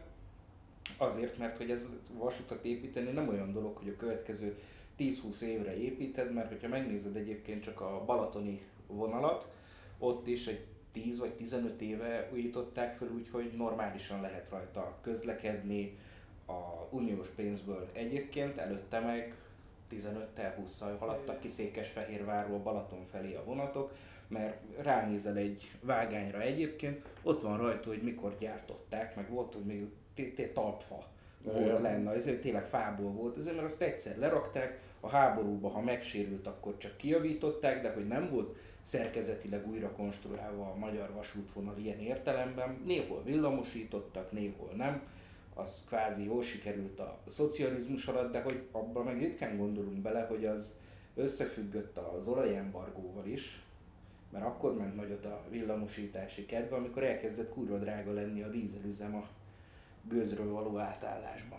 Speaker 1: Azért, mert hogy ez vasutat építeni nem olyan dolog, hogy a következő tíz-húsz évre építed, mert hogyha megnézed egyébként csak a balatoni vonalat, ott is egy tíz vagy tizenöt éve újították fel, úgyhogy normálisan lehet rajta közlekedni a uniós pénzből egyébként, előtte meg tizenöttel hússzal haladtak ki Székesfehérvárról Balaton felé a vonatok, mert ránézel egy vágányra egyébként, ott van rajta, hogy mikor gyártották, meg volt, hogy még talpfa volt lenne, ezért tényleg fából volt, ezért mert azt egyszer lerakták, a háborúban, ha megsérült, akkor csak kijavították, de hogy nem volt szerkezetileg újra konstruálva a magyar vasútvonal ilyen értelemben, néhol villamosítottak, néhol nem, az kvázi jól sikerült a szocializmus alatt, de hogy abban meg ritkán gondolunk bele, hogy az összefüggött az olajembargóval is, mert akkor ment nagyot a villamosítási kedve, amikor elkezdett kurva drága lenni a dízelüzem a gőzről való átállásban.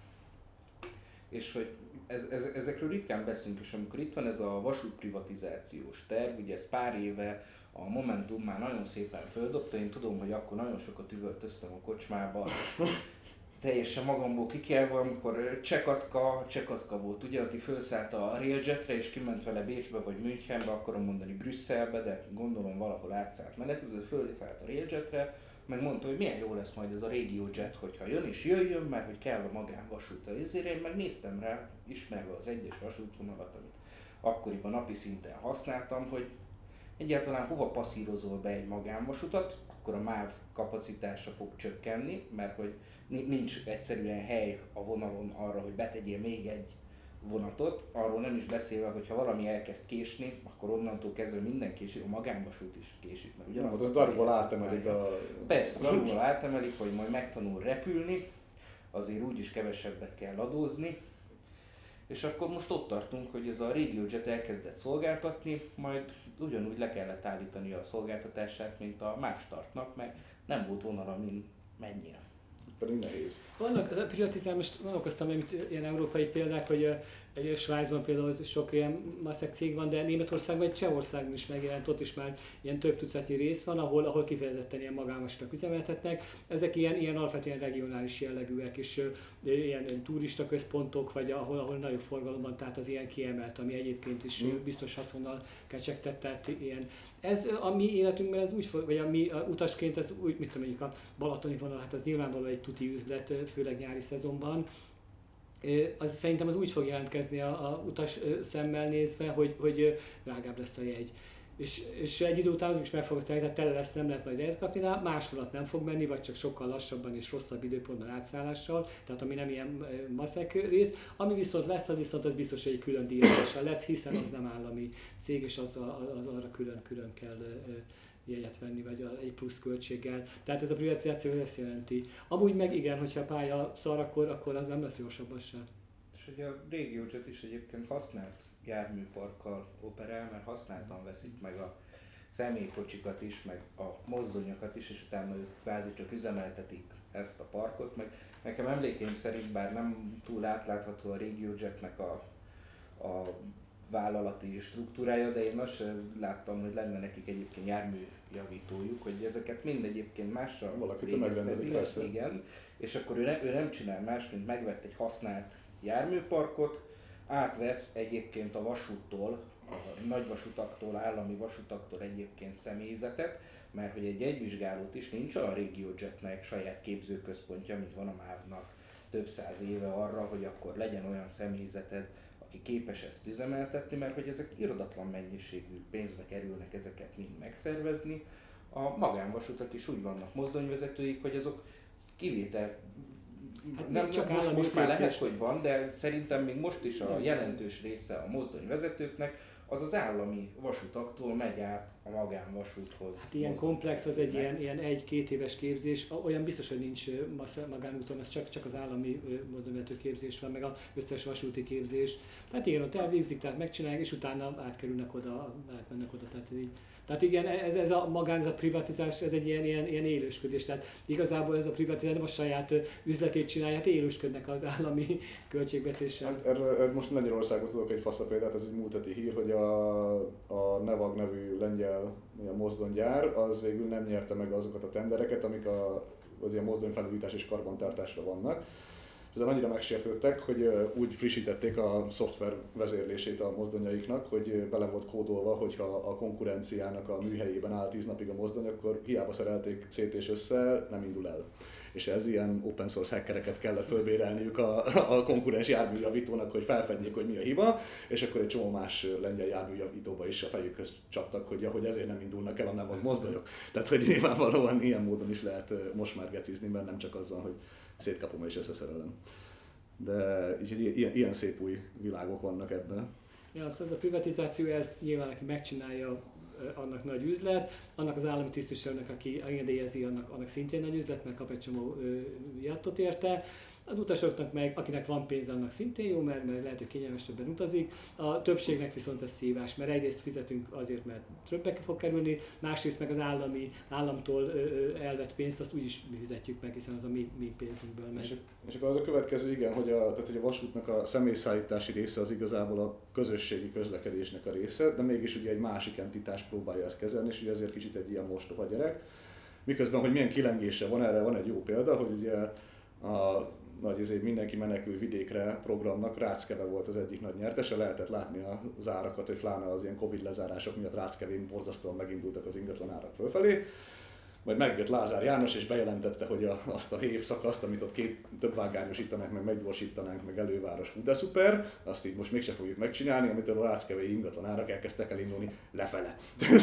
Speaker 1: És hogy ez, ez, ezekről ritkán beszélünk, és amikor itt van ez a vasútprivatizációs terv, ugye ez pár éve a Momentum már nagyon szépen földobta, én tudom, hogy akkor nagyon sokat üvöltöztem a kocsmába, teljesen magamból kikelve, amikor Csekatka, Csekatka volt, ugye, aki felszállt a Railjetre és kiment vele Bécsbe vagy Münchenbe, akarom mondani Brüsszelbe, de gondolom valahol átszállt menetűző, fölszállt a Railjetre, meg mondta, hogy milyen jó lesz majd ez a RegioJet, hogyha jön, és jöjjön, mert hogy kell a magánvasút. Ezért én meg néztem rá, ismerve az egyes vasútvonalat, amit akkoriban napi szinten használtam, hogy egyáltalán hova passzírozol be egy magánvasutat, akkor a MÁV kapacitása fog csökkenni, mert hogy nincs egyszerűen hely a vonalon arra, hogy betegyél még egy vonatot, arról nem is beszélve, hogy ha valami elkezd késni, akkor onnantól kezdve minden késik, a magánvasút is késik, mert ugyanazt
Speaker 3: az darúval átemelik a...
Speaker 1: Persze, darúval átemelik, hogy majd megtanul repülni, azért úgyis kevesebbet kell adózni, és akkor most ott tartunk, hogy ez a RegioJet elkezdett szolgáltatni, majd ugyanúgy le kellett állítani a szolgáltatását, mint a MÁV Startnak, mert nem volt vonal, amin menjél.
Speaker 3: Pedig nehéz.
Speaker 2: Vannak, a privatizál, most gondolkoztam, hogy ilyen európai példák, hogy Egy Svájcban például sok ilyen maszek cég van, de Németországban, vagy Csehországban is megjelent, ott is már ilyen több tucatnyi rész van, ahol, ahol kifejezetten ilyen magánvasutak üzemeltetnek. Ezek ilyen, ilyen alapvetően regionális jellegűek, és ö, ilyen, ilyen turista központok, vagy ahol, ahol nagyobb forgalomban, tehát az ilyen kiemelt, ami egyébként is mm. biztos haszonnal kecsegtett, tehát ilyen. Ez a mi életünkben, ez úgy, vagy a mi a utasként, ez úgy, mit tudom, mondjuk a balatoni vonal, hát az nyilvánvalóan egy tuti üzlet, főleg nyári szezonban. Az, szerintem az úgy fog jelentkezni a, a utas szemmel nézve, hogy, hogy drágább lesz a jegy. És, és egy idő után az is meg fogok tenni, tehát tele lesz, nem lehet majd jegyet kapni rá, más vonat nem fog menni, vagy csak sokkal lassabban és rosszabb időpontban átszállással, tehát ami nem ilyen maszek rész. Ami viszont lesz, az viszont az biztos, hogy egy külön díjazással lesz, hiszen az nem állami cég, és az, az arra külön-külön kell jegyet venni, vagy egy plusz költséggel. Tehát ez a privatizáció ezt jelenti. Amúgy meg igen, hogyha a pálya szar, akkor, akkor az nem lesz gyorsabb az sem.
Speaker 1: És ugye a RegioJet is egyébként használt járműparkkal operál, mert használtan veszik meg a személykocsikat is, meg a mozdonyokat is, és utána ők kvázi csak üzemeltetik ezt a parkot. Meg nekem emlékeim szerint, bár nem túl átlátható a RegioJetnek a, a vállalati struktúrája, de én azt sem láttam, hogy lenne nekik egyébként járműjavítójuk, hogy ezeket mind egyébként mással végezteti, igen, és akkor ő, ne, ő nem csinál más, mint megvett egy használt járműparkot, átvesz egyébként a vasúttól, a nagyvasutaktól, állami vasutaktól egyébként személyzetet, mert hogy egy jegyvizsgálót is nincs a RegioJetnek saját képzőközpontja, mint van a MÁV-nak több száz éve arra, hogy akkor legyen olyan személyzeted, aki képes ezt üzemeltetni, mert hogy ezek irodatlan mennyiségű pénzbe kerülnek ezeket mind megszervezni. A magánvasutak is úgy vannak mozdonyvezetőik, hogy azok kivétel, hát nem csak most, most már lehet, hogy van, de szerintem még most is a jelentős része a mozdonyvezetőknek az az állami vasutaktól megy át a magánvasúthoz.
Speaker 2: Hát ilyen komplex, az egy ilyen, ilyen egy-két éves képzés, olyan biztos, hogy nincs magánúton, ez csak, csak az állami mozdonyvezető képzés van, meg az összes vasúti képzés. Tehát igen, ott elvégzik, tehát megcsinálják, és utána átkerülnek oda, átmennek oda. Tehát így. Tehát igen, ez, ez a magán, ez a privatizás, ez egy ilyen, ilyen, ilyen élősködés. Tehát igazából ez a privatizás nem a saját üzletét csinálja, hát élősködnek az állami költségvetéssel.
Speaker 3: Hát erre, most Lengyelországban tudok egy fasz példát, ez egy múlt heti hír, hogy a, a Nevag nevű lengyel mozdonygyár az végül nem nyerte meg azokat a tendereket, amik a, az ilyen mozdonyfelújítás és karbantartásra vannak. Ezzel annyira megsértődtek, hogy úgy frissítették a szoftver vezérlését a mozdonyaiknak, hogy bele volt kódolva, hogy ha a konkurenciának a műhelyében áll tíz napig a mozdony, akkor hiába szerelték szét és össze, nem indul el. És ez ilyen open source hackereket kellett fölbérelniük a, a konkurens járműjavítónak, hogy felfedjék, hogy mi a hiba, és akkor egy csomó más lengyel járműjavítóba is a fejükhöz csaptak, hogy, hogy ezért nem indulnak el a Nevag mozdonyok. Tehát, hogy nyilvánvalóan ilyen módon is lehet most már gecizni, mert nem csak az van, hogy szétkapom és összeszerelem. De így, ilyen, ilyen szép új világok vannak ebben.
Speaker 2: Ja, az, az a privatizáció, ez nyilván, aki megcsinálja, annak nagy üzlet, annak az állami tisztviselőnek, aki engedélyezi, annak, annak szintén nagy üzlet, mert kap egy csomó jattot érte. Az utasoknak meg, akinek van pénz, annak szintén jó, mert, mert lehet, hogy kényelmesebben utazik. A többségnek viszont ez szívás, mert egyrészt fizetünk azért, mert többekre fog kerülni, másrészt meg az állami, államtól elvett pénzt, azt úgyis mi fizetjük meg, hiszen az a mi, mi pénzünkből megy.
Speaker 3: És, és akkor az a következő, igen, hogy a, tehát, hogy a vasútnak a személyszállítási része az igazából a közösségi közlekedésnek a része, de mégis ugye egy másik entitás próbálja ezt kezelni, és ugye azért kicsit egy ilyen mostoha gyerek. Miközben, hogy milyen kilengése van, erre van egy jó példa, hogy ugye a nagy ezért mindenki menekül vidékre programnak Ráckeve volt az egyik nagy nyertese, lehetett látni az árakat, hogy pláne az ilyen Covid lezárások miatt Ráckevén borzasztóan megindultak az ingatlan árak fölfelé. Majd megjött Lázár János és bejelentette, hogy a, azt a hév szakaszt, amit ott két több vágányosítanánk, meg meggyorsítanánk, meg előváros, hú de szuper, azt így most mégse fogjuk megcsinálni, amitől a ráckevei ingatlan árak elkezdtek elindulni lefele.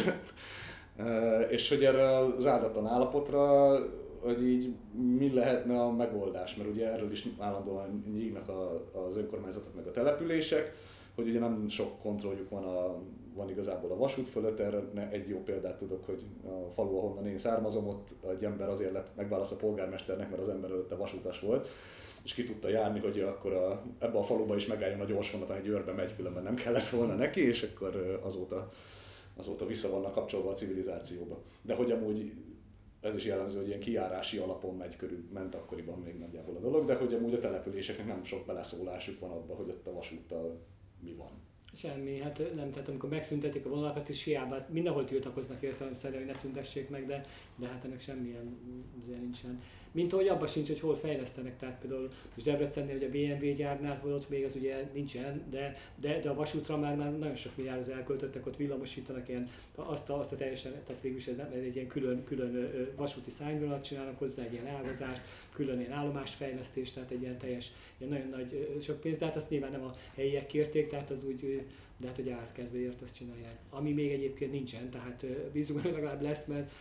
Speaker 3: És hogy erre az áldatlan állapotra, hogy így mi lehetne a megoldás, mert ugye erről is állandóan nyígnak a, az önkormányzatok meg a települések, hogy ugye nem sok kontrolljuk van, a, van igazából a vasút fölött, erre egy jó példát tudok, hogy a falu, ahonnan én származom, ott egy ember azért lett megválasztva polgármesternek, mert az ember előtte vasutas volt, és ki tudta járni, hogy akkor a, ebbe a faluba is megálljon a gyorsvonat, egy őrbe megy, különben nem kellett volna neki, és akkor azóta, azóta vissza vannak kapcsolva a civilizációba. De hogy amúgy ez is jellemző, hogy ilyen kijárási alapon megy körül, ment akkoriban még nagyjából a dolog, de hogy amúgy a településeknek nem sok beleszólásuk van abban, hogy ott a vasúttal mi van.
Speaker 2: Semmi, hát nem, tehát amikor megszüntetik a vonalakat is hiába, mindenhol tiltakoznak értelemszerűen, hogy ne szüntessék meg, de, de hát ennek semmilyen azért nincsen. Mint ahogy abban sincs, hogy hol fejlesztenek, tehát például most Debrecennél, hogy a bé em vé gyárnál, hol ott még az ugye nincsen, de, de, de a vasútra már, már nagyon sok milliárdot elköltöttek, ott villamosítanak ilyen, azt a, azt a teljesen, tehát végülis egy ilyen külön, külön vasúti szárnyvonalat csinálnak hozzá, egy ilyen elhozást, külön ilyen állomásfejlesztést, tehát egy ilyen teljes, ilyen nagyon nagy sok pénz, de hát azt nyilván nem a helyiek kérték, tehát az úgy, de hát hogy árkedvéért azt csinálják. Ami még egyébként nincsen, tehát bízunk, hogy legalább lesz, mert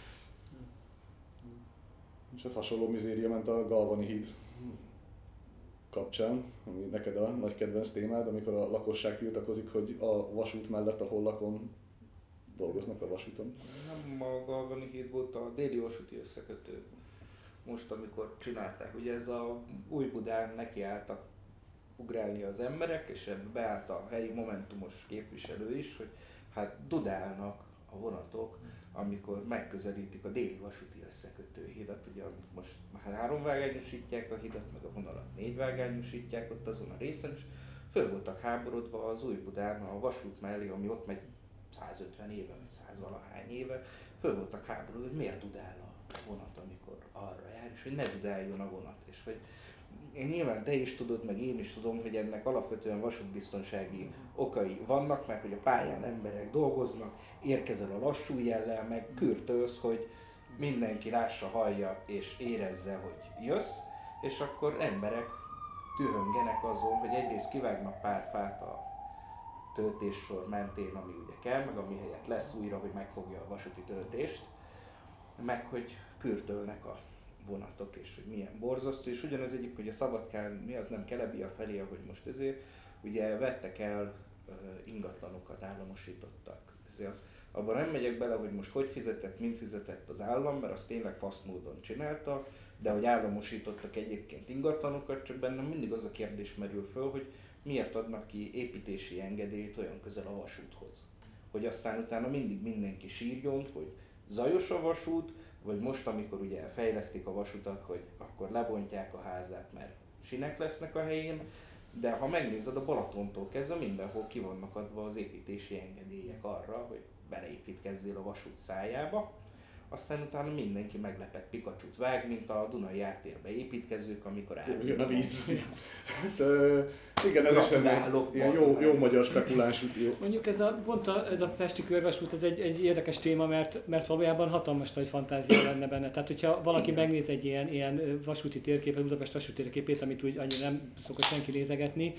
Speaker 3: És hát hasonló mizéria ment a Galvani híd kapcsán, ami neked a nagy kedvenc témád, amikor a lakosság tiltakozik, hogy a vasút mellett, ahol lakom, dolgoznak a vasúton.
Speaker 1: Nem a Galvani híd volt, a déli vasúti összekötő. Most, amikor csinálták, ugye ez a Újbudán nekiálltak ugrálni az emberek, és ebbe beállt a helyi momentumos képviselő is, hogy hát dudálnak a vonatok, amikor megközelítik a déli vasúti összekötő hidat, ugye amit most háromvágányosítják a hidat, meg a vonalat négyvágányosítják ott azon a részen, és föl voltak háborodva az Újbudán a vasút mellé, ami ott megy százötven éve, vagy százvalahány éve, föl voltak háborodva, hogy miért dudál a vonat, amikor arra jár, és hogy ne dudáljon a vonat, és hogy én nyilván te is tudod, meg én is tudom, hogy ennek alapvetően vasútbiztonsági okai vannak, mert hogy a pályán emberek dolgoznak, érkezel a lassú jellel, meg kürtölsz, hogy mindenki lássa, hallja és érezze, hogy jössz, és akkor emberek tühöngenek azon, hogy egyrészt kivágnak pár fát a töltéssor mentén, ami ugye kell, meg ami helyett lesz újra, hogy megfogja a vasúti töltést, meg hogy kürtölnek a vonatok, és hogy milyen borzasztó, és ugyanez egyébként, hogy a Szabadkán, mi az nem Kelebia felé, ahogy most ezért, ugye vettek el uh, ingatlanokat, államosítottak. Ezért az, abban nem megyek bele, hogy most hogy fizetett, mind fizetett az állam, mert azt tényleg fasz módon csinálta, de hogy államosítottak egyébként ingatlanokat, csak bennem mindig az a kérdés merül föl, hogy miért adnak ki építési engedélyt olyan közel a vasúthoz. Hogy aztán utána mindig mindenki sírjon, hogy zajos a vasút, vagy most, amikor ugye fejlesztik a vasutat, hogy akkor lebontják a házát, mert sinek lesznek a helyén, de ha megnézed, a Balatontól kezdve mindenhol ki vannak adva az építési engedélyek arra, hogy beleépítkezzél a vasút szájába, aztán utána mindenki meglepett Pikachu-t vág, mint a Dunai ártérbe építkezők, amikor
Speaker 3: elvész a víz. Hát, uh, igen, ez is ilyen jó, jó magyar spekuláns. Jó.
Speaker 2: Mondjuk ez a, pont a, ez a pesti körvasút, ez egy, egy érdekes téma, mert, mert valójában hatalmas nagy fantázia lenne benne. Tehát, hogyha valaki igen. megnéz egy ilyen, ilyen vasúti térképet, Budapest vasúti térképét, amit úgy annyira nem szokott senki nézegetni,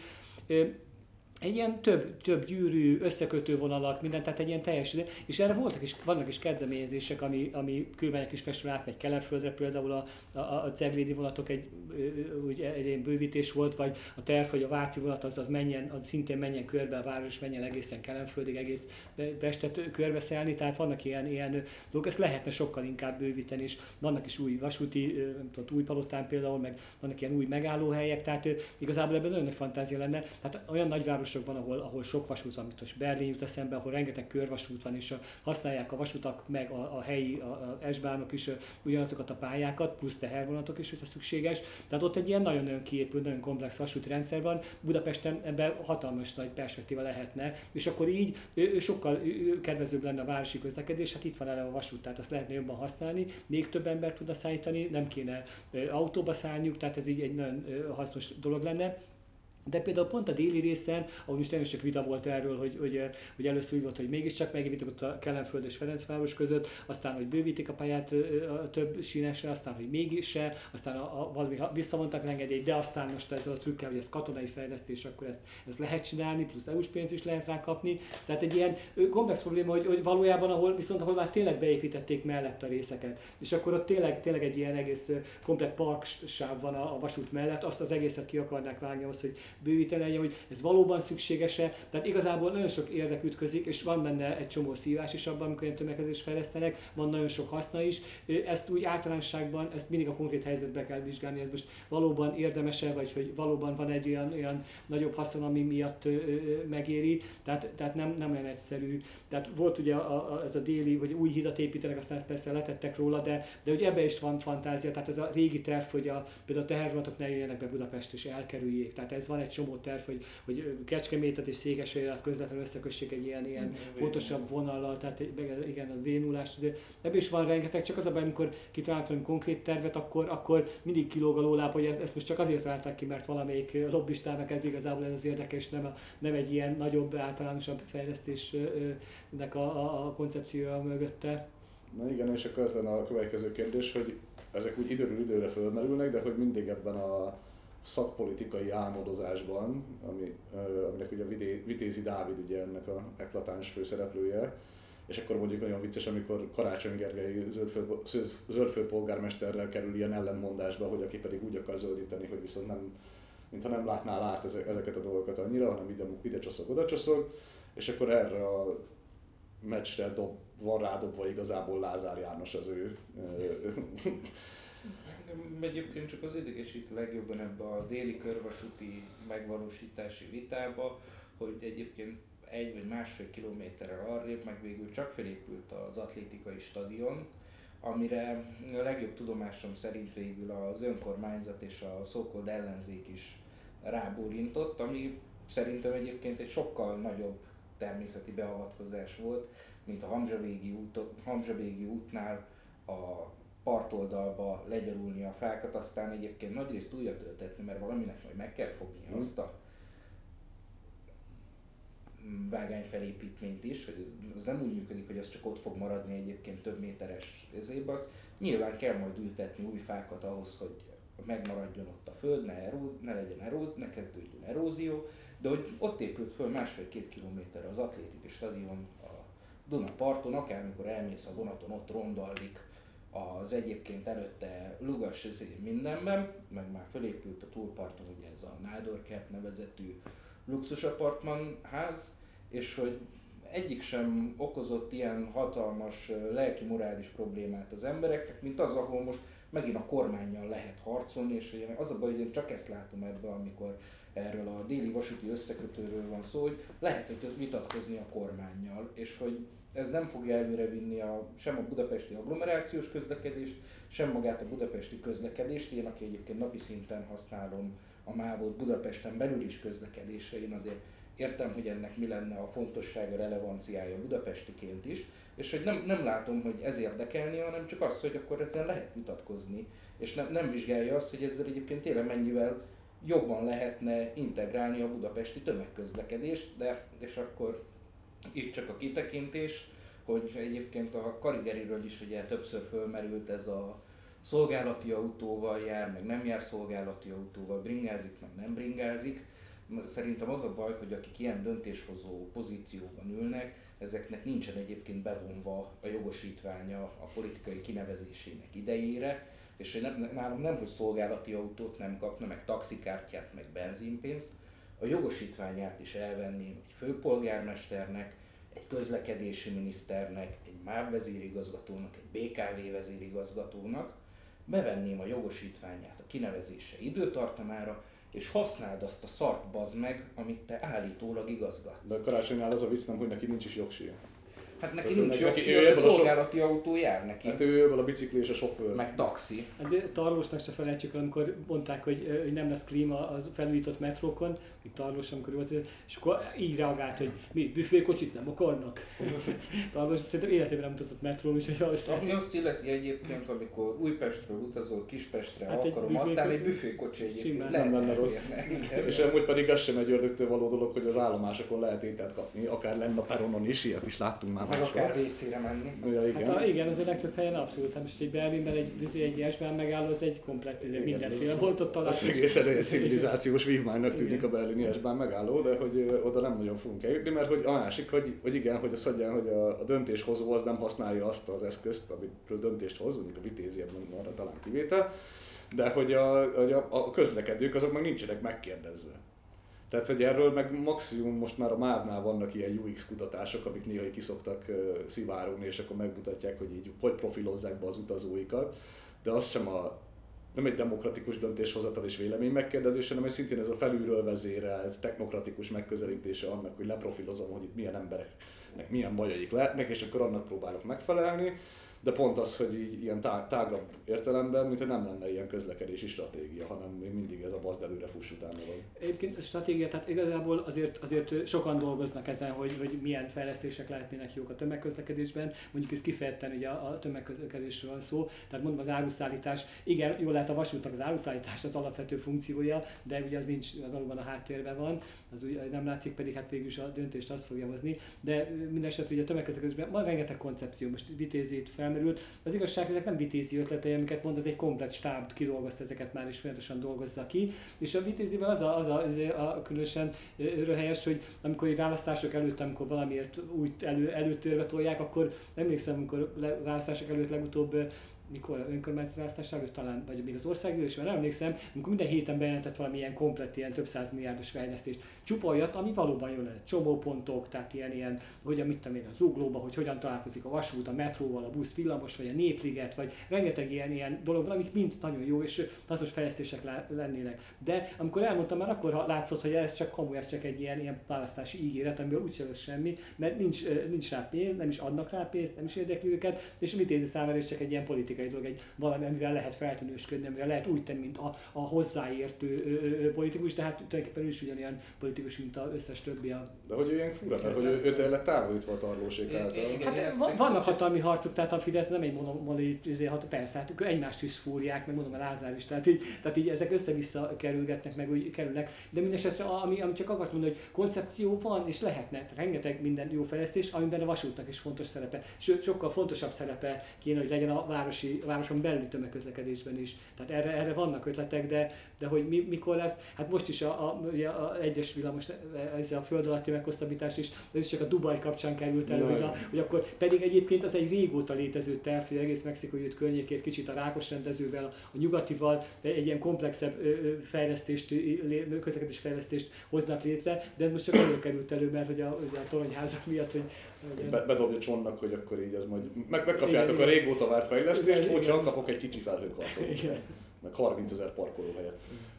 Speaker 2: egy ilyen több, több gyűrű, összekötő vonalak, minden, tehát egy ilyen teljes ide. És erre voltak is, vannak is kezdeményezések, ami, ami Kőbánya-Kispestről átmegy Kelenföldre, például a, a, a ceglédi vonatok egy, úgy, egy ilyen bővítés volt, vagy a terv, hogy a váci vonat az, az, menjen, az szintén menjen körbe a város, menjen egészen Kelenföldig, egész Pestet körbeszelni, tehát vannak ilyen, ilyen dolgok, ezt lehetne sokkal inkább bővíteni, és vannak is új vasúti, nem tudom, Újpalotán például, meg vannak ilyen új megállóhelyek, tehát igazából ebben nagyon nagy fantázia lenne, tehát olyan nagyváros ahol, ahol sok vasút van, mint most Berlin jut eszembe, ahol rengeteg körvasút van, és használják a vasutak, meg a, a helyi a, a S-bánok is ugyanazokat a pályákat, plusz tehervonatok is, hogyha szükséges. Tehát ott egy ilyen nagyon-nagyon kiépült, nagyon komplex vasúti rendszer van. Budapesten ebben hatalmas nagy perspektíva lehetne, és akkor így sokkal kedvezőbb lenne a városi közlekedés, hát itt van eleve a vasút, tehát azt lehetne jobban használni, még több ember tudna szállítani, nem kéne autóba szállniuk, tehát ez így egy nagyon hasznos dolog lenne. De például pont a déli részen, ahol most nagyon sok vita volt erről, hogy, hogy, hogy először úgy volt, hogy mégiscsak megépítik ott a Kelenföld és Ferencváros között, aztán, hogy bővítik a pályát a több sínesre, aztán, hogy mégis se, aztán a, a, valami visszavontak engedélyt, de aztán most ezzel a trükkel, hogy ez katonai fejlesztés, akkor ezt, ezt lehet csinálni, plusz é u-s pénzt is lehet rá kapni. Tehát egy ilyen komplex probléma, hogy, hogy valójában, ahol viszont ahol már tényleg beépítették mellett a részeket, és akkor ott tényleg, tényleg egy ilyen egész komplet parksáv van a, a vasút mellett, azt az egészet ki akarnák vágni ahhoz, hogy bővíteni legyen, hogy ez valóban szükséges-e. Tehát igazából nagyon sok érdek ütközik, és van benne egy csomó szívás is abban, amikor ilyen tömegkezést fejlesztenek, van nagyon sok haszna is. Ezt úgy általánosságban, ezt mindig a konkrét helyzetbe kell vizsgálni, ez most valóban érdemes-e, vagy hogy valóban van egy olyan, olyan nagyobb haszon, ami miatt ö, ö, megéri, tehát, tehát nem, nem olyan egyszerű. Tehát volt ugye a, a, ez a déli, hogy új hidat építenek, aztán ezt persze letettek róla, de, de hogy ebbe is van fantázia, tehát ez a régi terv, hogy a, például a tehervonatok ne jöjjenek be Budapest és elkerüljék. Tehát ez van egy csomó terv, hogy, hogy Kecskemétet és Székesfehérvárt közvetlenül összekössék egy ilyen, ilyen fontosabb vonallal, tehát igen, a vé nullás, de ebből is van rengeteg, csak az a baj, amikor kitalálnak valami konkrét tervet, akkor, akkor mindig kilóg a lóláp, hogy ezt, ezt most csak azért találták ki, mert valamelyik lobbistának ez igazából ez az érdekes, nem, a, nem egy ilyen nagyobb, általánosabb fejlesztésnek a, a, a koncepciója mögötte.
Speaker 3: Na igen, és akkor az lenne a következő kérdés, hogy ezek úgy időről időre fölmerülnek, de hogy mindig ebben a szakpolitikai álmodozásban, ami, aminek ugye a Vitézi Dávid ugye ennek a eklatáns főszereplője, és akkor mondjuk nagyon vicces, amikor Karácsony Gergely zöldfő, zöldfő polgármesterrel kerül ilyen ellenmondásba, hogy aki pedig úgy akar zöldíteni, hogy viszont nem, mintha nem látnál át ezeket a dolgokat annyira, hanem ide, ide csoszog, oda csoszog, és akkor erre a meccsre dob, van rádobva igazából Lázár János az ő.
Speaker 1: Egyébként csak az idegesít legjobban ebbe a déli körvasúti megvalósítási vitába, hogy egyébként egy vagy másfél kilométerrel arrébb meg végül csak felépült az atlétikai stadion, amire a legjobb tudomásom szerint végül az önkormányzat és a szókold ellenzék is rábólintott, ami szerintem egyébként egy sokkal nagyobb természeti beavatkozás volt, mint a Hamzsavégi, út, Hamzsavégi útnál a partoldalba legyarulni a fákat, aztán egyébként nagyrészt újra töltetni, mert valaminek majd meg kell fogni hmm. azt a vágányfelépítményt is, hogy ez, ez nem úgy működik, hogy az csak ott fog maradni egyébként több méteres ezébe, az nyilván kell majd ültetni új fákat ahhoz, hogy megmaradjon ott a föld, ne, eróz, ne legyen eróz, ne kezdődjön erózió, de hogy ott épült föl másfél-két kilométerre az atlétikai stadion a Dunaparton, akármikor elmész a vonaton, ott rondallik az egyébként előtte lugas mindenben, meg már fölépült a túlparton ugye ez a Nádorkert nevezetű luxusapartmanház, és hogy egyik sem okozott ilyen hatalmas lelki-morális problémát az embereknek, mint az, ahol most megint a kormánnyal lehet harcolni, és ugye az a baj, hogy én csak ezt látom ebben, amikor erről a déli vasúti összekötőről van szó, hogy lehet vitatkozni a kormánnyal, és hogy ez nem fogja előrevinni a, sem a budapesti agglomerációs közlekedést, sem magát a budapesti közlekedést. Én, aki egyébként napi szinten használom a mávót Budapesten belül is közlekedésre, én azért értem, hogy ennek mi lenne a fontossága, relevanciája budapestiként is, és hogy nem, nem látom, hogy ez érdekelni, hanem csak az, hogy akkor ezzel lehet vitatkozni, és nem, nem vizsgálja azt, hogy ezzel egyébként tényleg mennyivel jobban lehetne integrálni a budapesti tömegközlekedést, de és akkor itt csak a kitekintés, hogy egyébként a Karigeriről is ugye többször fölmerült ez a szolgálati autóval jár, meg nem jár szolgálati autóval, bringázik, meg nem bringázik. Szerintem az a baj, hogy akik ilyen döntéshozó pozícióban ülnek, ezeknek nincsen egyébként bevonva a jogosítványa a politikai kinevezésének idejére, és hogy nem, nálam nem, hogy szolgálati autót nem kapna, meg taxikártyát, meg benzinpénzt, a jogosítványát is elvenném egy főpolgármesternek, egy közlekedési miniszternek, egy MÁV vezérigazgatónak, egy bé ká vé vezérigazgatónak, bevenném a jogosítványát a kinevezése időtartamára, és használd azt a szart, bazd meg, amit te állítólag igazgatsz.
Speaker 3: De a Karácsonynál az a vicc nem, hogy neki nincs is jogsíja.
Speaker 1: Hát neki tehát nincs jogsíja, de szolgálati so... autó jár neki.
Speaker 3: Hát ő a bicikli és a sofőr.
Speaker 1: Meg taxi.
Speaker 2: Azért Tarlósnak se felejtsük, amikor mondták, hogy, hogy nem lesz klíma az felújított metrókon, még Tarlós, amikor volt, és akkor így reagált, hogy mi, büfékocsit nem akarnak. Tarlós szerintem életében nem mutatott metrón, úgyhogy valószínűleg.
Speaker 1: Ami azt illeti egyébként, amikor Újpestről utazol Kispestre, hát akarom adtál, egy büfékocsi egyébként
Speaker 3: nem lenne rossz. És amúgy pedig az sem egy ördögtől való dolog, hogy az állomásokon lehet ételt kapni, akár lenne a peronon is, ilyet is láttunk már.
Speaker 1: Meg akár vécére menni.
Speaker 3: Ja, igen.
Speaker 2: Hát a, igen, az a legtöbb helyen abszolút. Hát most egy Berlinben egy, egy esben megálló, az egy komplett, mindenféle volt ott talán.
Speaker 3: Az egészen egy civilizációs vívmánynak tűnik a berlini esben megálló, de hogy ö, oda nem nagyon fogunk eljutni, mert hogy a másik, hogy, hogy igen, hogy azt adján, hogy a, a döntéshozó az nem használja azt az eszközt, amitről döntést hoz, mondjuk a Vitézi ebben arra talán kivétel, de hogy a, hogy a, a közlekedők azok meg nincsenek megkérdezve. Tehát, hogy erről meg maximum most már a MÁV-nál vannak ilyen u iksz kutatások, amik néha így kiszoktak uh, szivárogni, és akkor megmutatják, hogy így hogy profilozzák be az utazóikat. De az sem a, nem egy demokratikus döntéshozatal és vélemény megkérdezés, hanem egy szintén ez a felülről vezérelt, technokratikus megközelítése annak, hogy leprofilozom, hogy itt milyen embereknek milyen bajaik lehetnek, és akkor annak próbálok megfelelni. De pont az, hogy így ilyen tá- tágabb értelemben, mintha nem lenne ilyen közlekedési stratégia, hanem még mindig ez a bazd előre fuss utána van.
Speaker 2: Egyébként a stratégia, tehát igazából azért, azért sokan dolgoznak ezen, hogy, hogy milyen fejlesztések lehetnének jók a tömegközlekedésben. Mondjuk ez kifejezetten ugye a tömegközlekedésről van szó, tehát mondom az áruszállítás, igen, jól lehet a vasútnak az áruszállítás az alapvető funkciója, de ugye az nincs, valóban a háttérben van, az ugye nem látszik, pedig hát végül is a döntést azt fogja hozni. De mindesetre ugye a tömegközlekedésben van rengeteg koncepció, most Vitézét felmerült. Az igazság, hogy ezek nem Vitézi ötletei, amiket mond, az egy komplett stáb kidolgozta ezeket már is folyamatosan dolgozza ki. És a Vitézivel az a, az a, az a különösen röhelyes, hogy amikor egy választások előtt, amikor valamiért úgy elő, előtérbe tolják, akkor emlékszem, amikor le, választások előtt legutóbb mikor önkormányzati választás előtt talán, vagy még az országgyűlésben, nem emlékszem, amikor minden héten bejelentett valamilyen komplett ilyen több száz milliárdos fejlesztést. Csupa olyat, ami valóban jól lenne. Csomópontok, tehát ilyen, ilyen hogyan, mit tudom én, a Zuglóba, hogy hogyan találkozik a vasút, a metróval, a busz, villamos, vagy a Népliget, vagy rengeteg ilyen, ilyen dolog van, amik mind nagyon jó és hasznos fejlesztések lennének. De amikor elmondtam, már akkor látszott, hogy ez csak kamu, ez csak egy ilyen, ilyen választási ígéret, amiből úgyse lesz semmi, mert nincs, nincs rá pénz, nem is adnak rá pénzt, nem is érdekli őket, és Vitézi számára is csak egy ilyen politikai dolog, egy valami, amivel lehet feltűnősködni, amivel lehet úgy tenni, mint a, a hozzáértő ö, ö, politikus, de hát tulajdonképpen ő is ugyanilyen politikus, mint az összes többi. A...
Speaker 3: De hogy ő ilyen fura, mert hogy ő, ő tényleg távolítva a Tarlósék által.
Speaker 2: Hát vannak hatalmi harcok, tehát a Fidesz nem egy monolít, hát persze, hát egymást is fúrják, meg mondom a Lázár is, tehát így, tehát így ezek össze-vissza kerülgetnek, meg úgy kerülnek, de mindesetre, ami, ami csak akart mondani, hogy koncepció van, és lehetne, rengeteg minden jó fejlesztés, amiben a vasútnak is fontos szerepe, sőt, sokkal fontosabb szerepe kéne, hogy legyen a városi, a városon belüli tömegközlekedésben is. Tehát erre, erre vannak ötletek, de, de hogy mi, mikor lesz, hát most is a, a, a, a egyes villamos, ez a föld alatti meghosszabbítás is, ez is csak a Dubaj kapcsán került elő, hogy, a, hogy akkor pedig egyébként az egy régóta létező terv, hogy egész Mexikói út környékét kicsit a Rákos rendezővel, a, a nyugatival egy ilyen komplexebb fejlesztést, közlekedés fejlesztést hoznak létre, de ez most csak azért került elő, mert hogy a, a toronyházak miatt, hogy
Speaker 3: Be, bedobja Csonnak, hogy akkor így ez majd meg, megkapjátok igen, a régóta várt fejlesztést, igen, hogyha igen. kapok egy kicsi felhőkarcolót, meg harmincezer parkolóhelyet.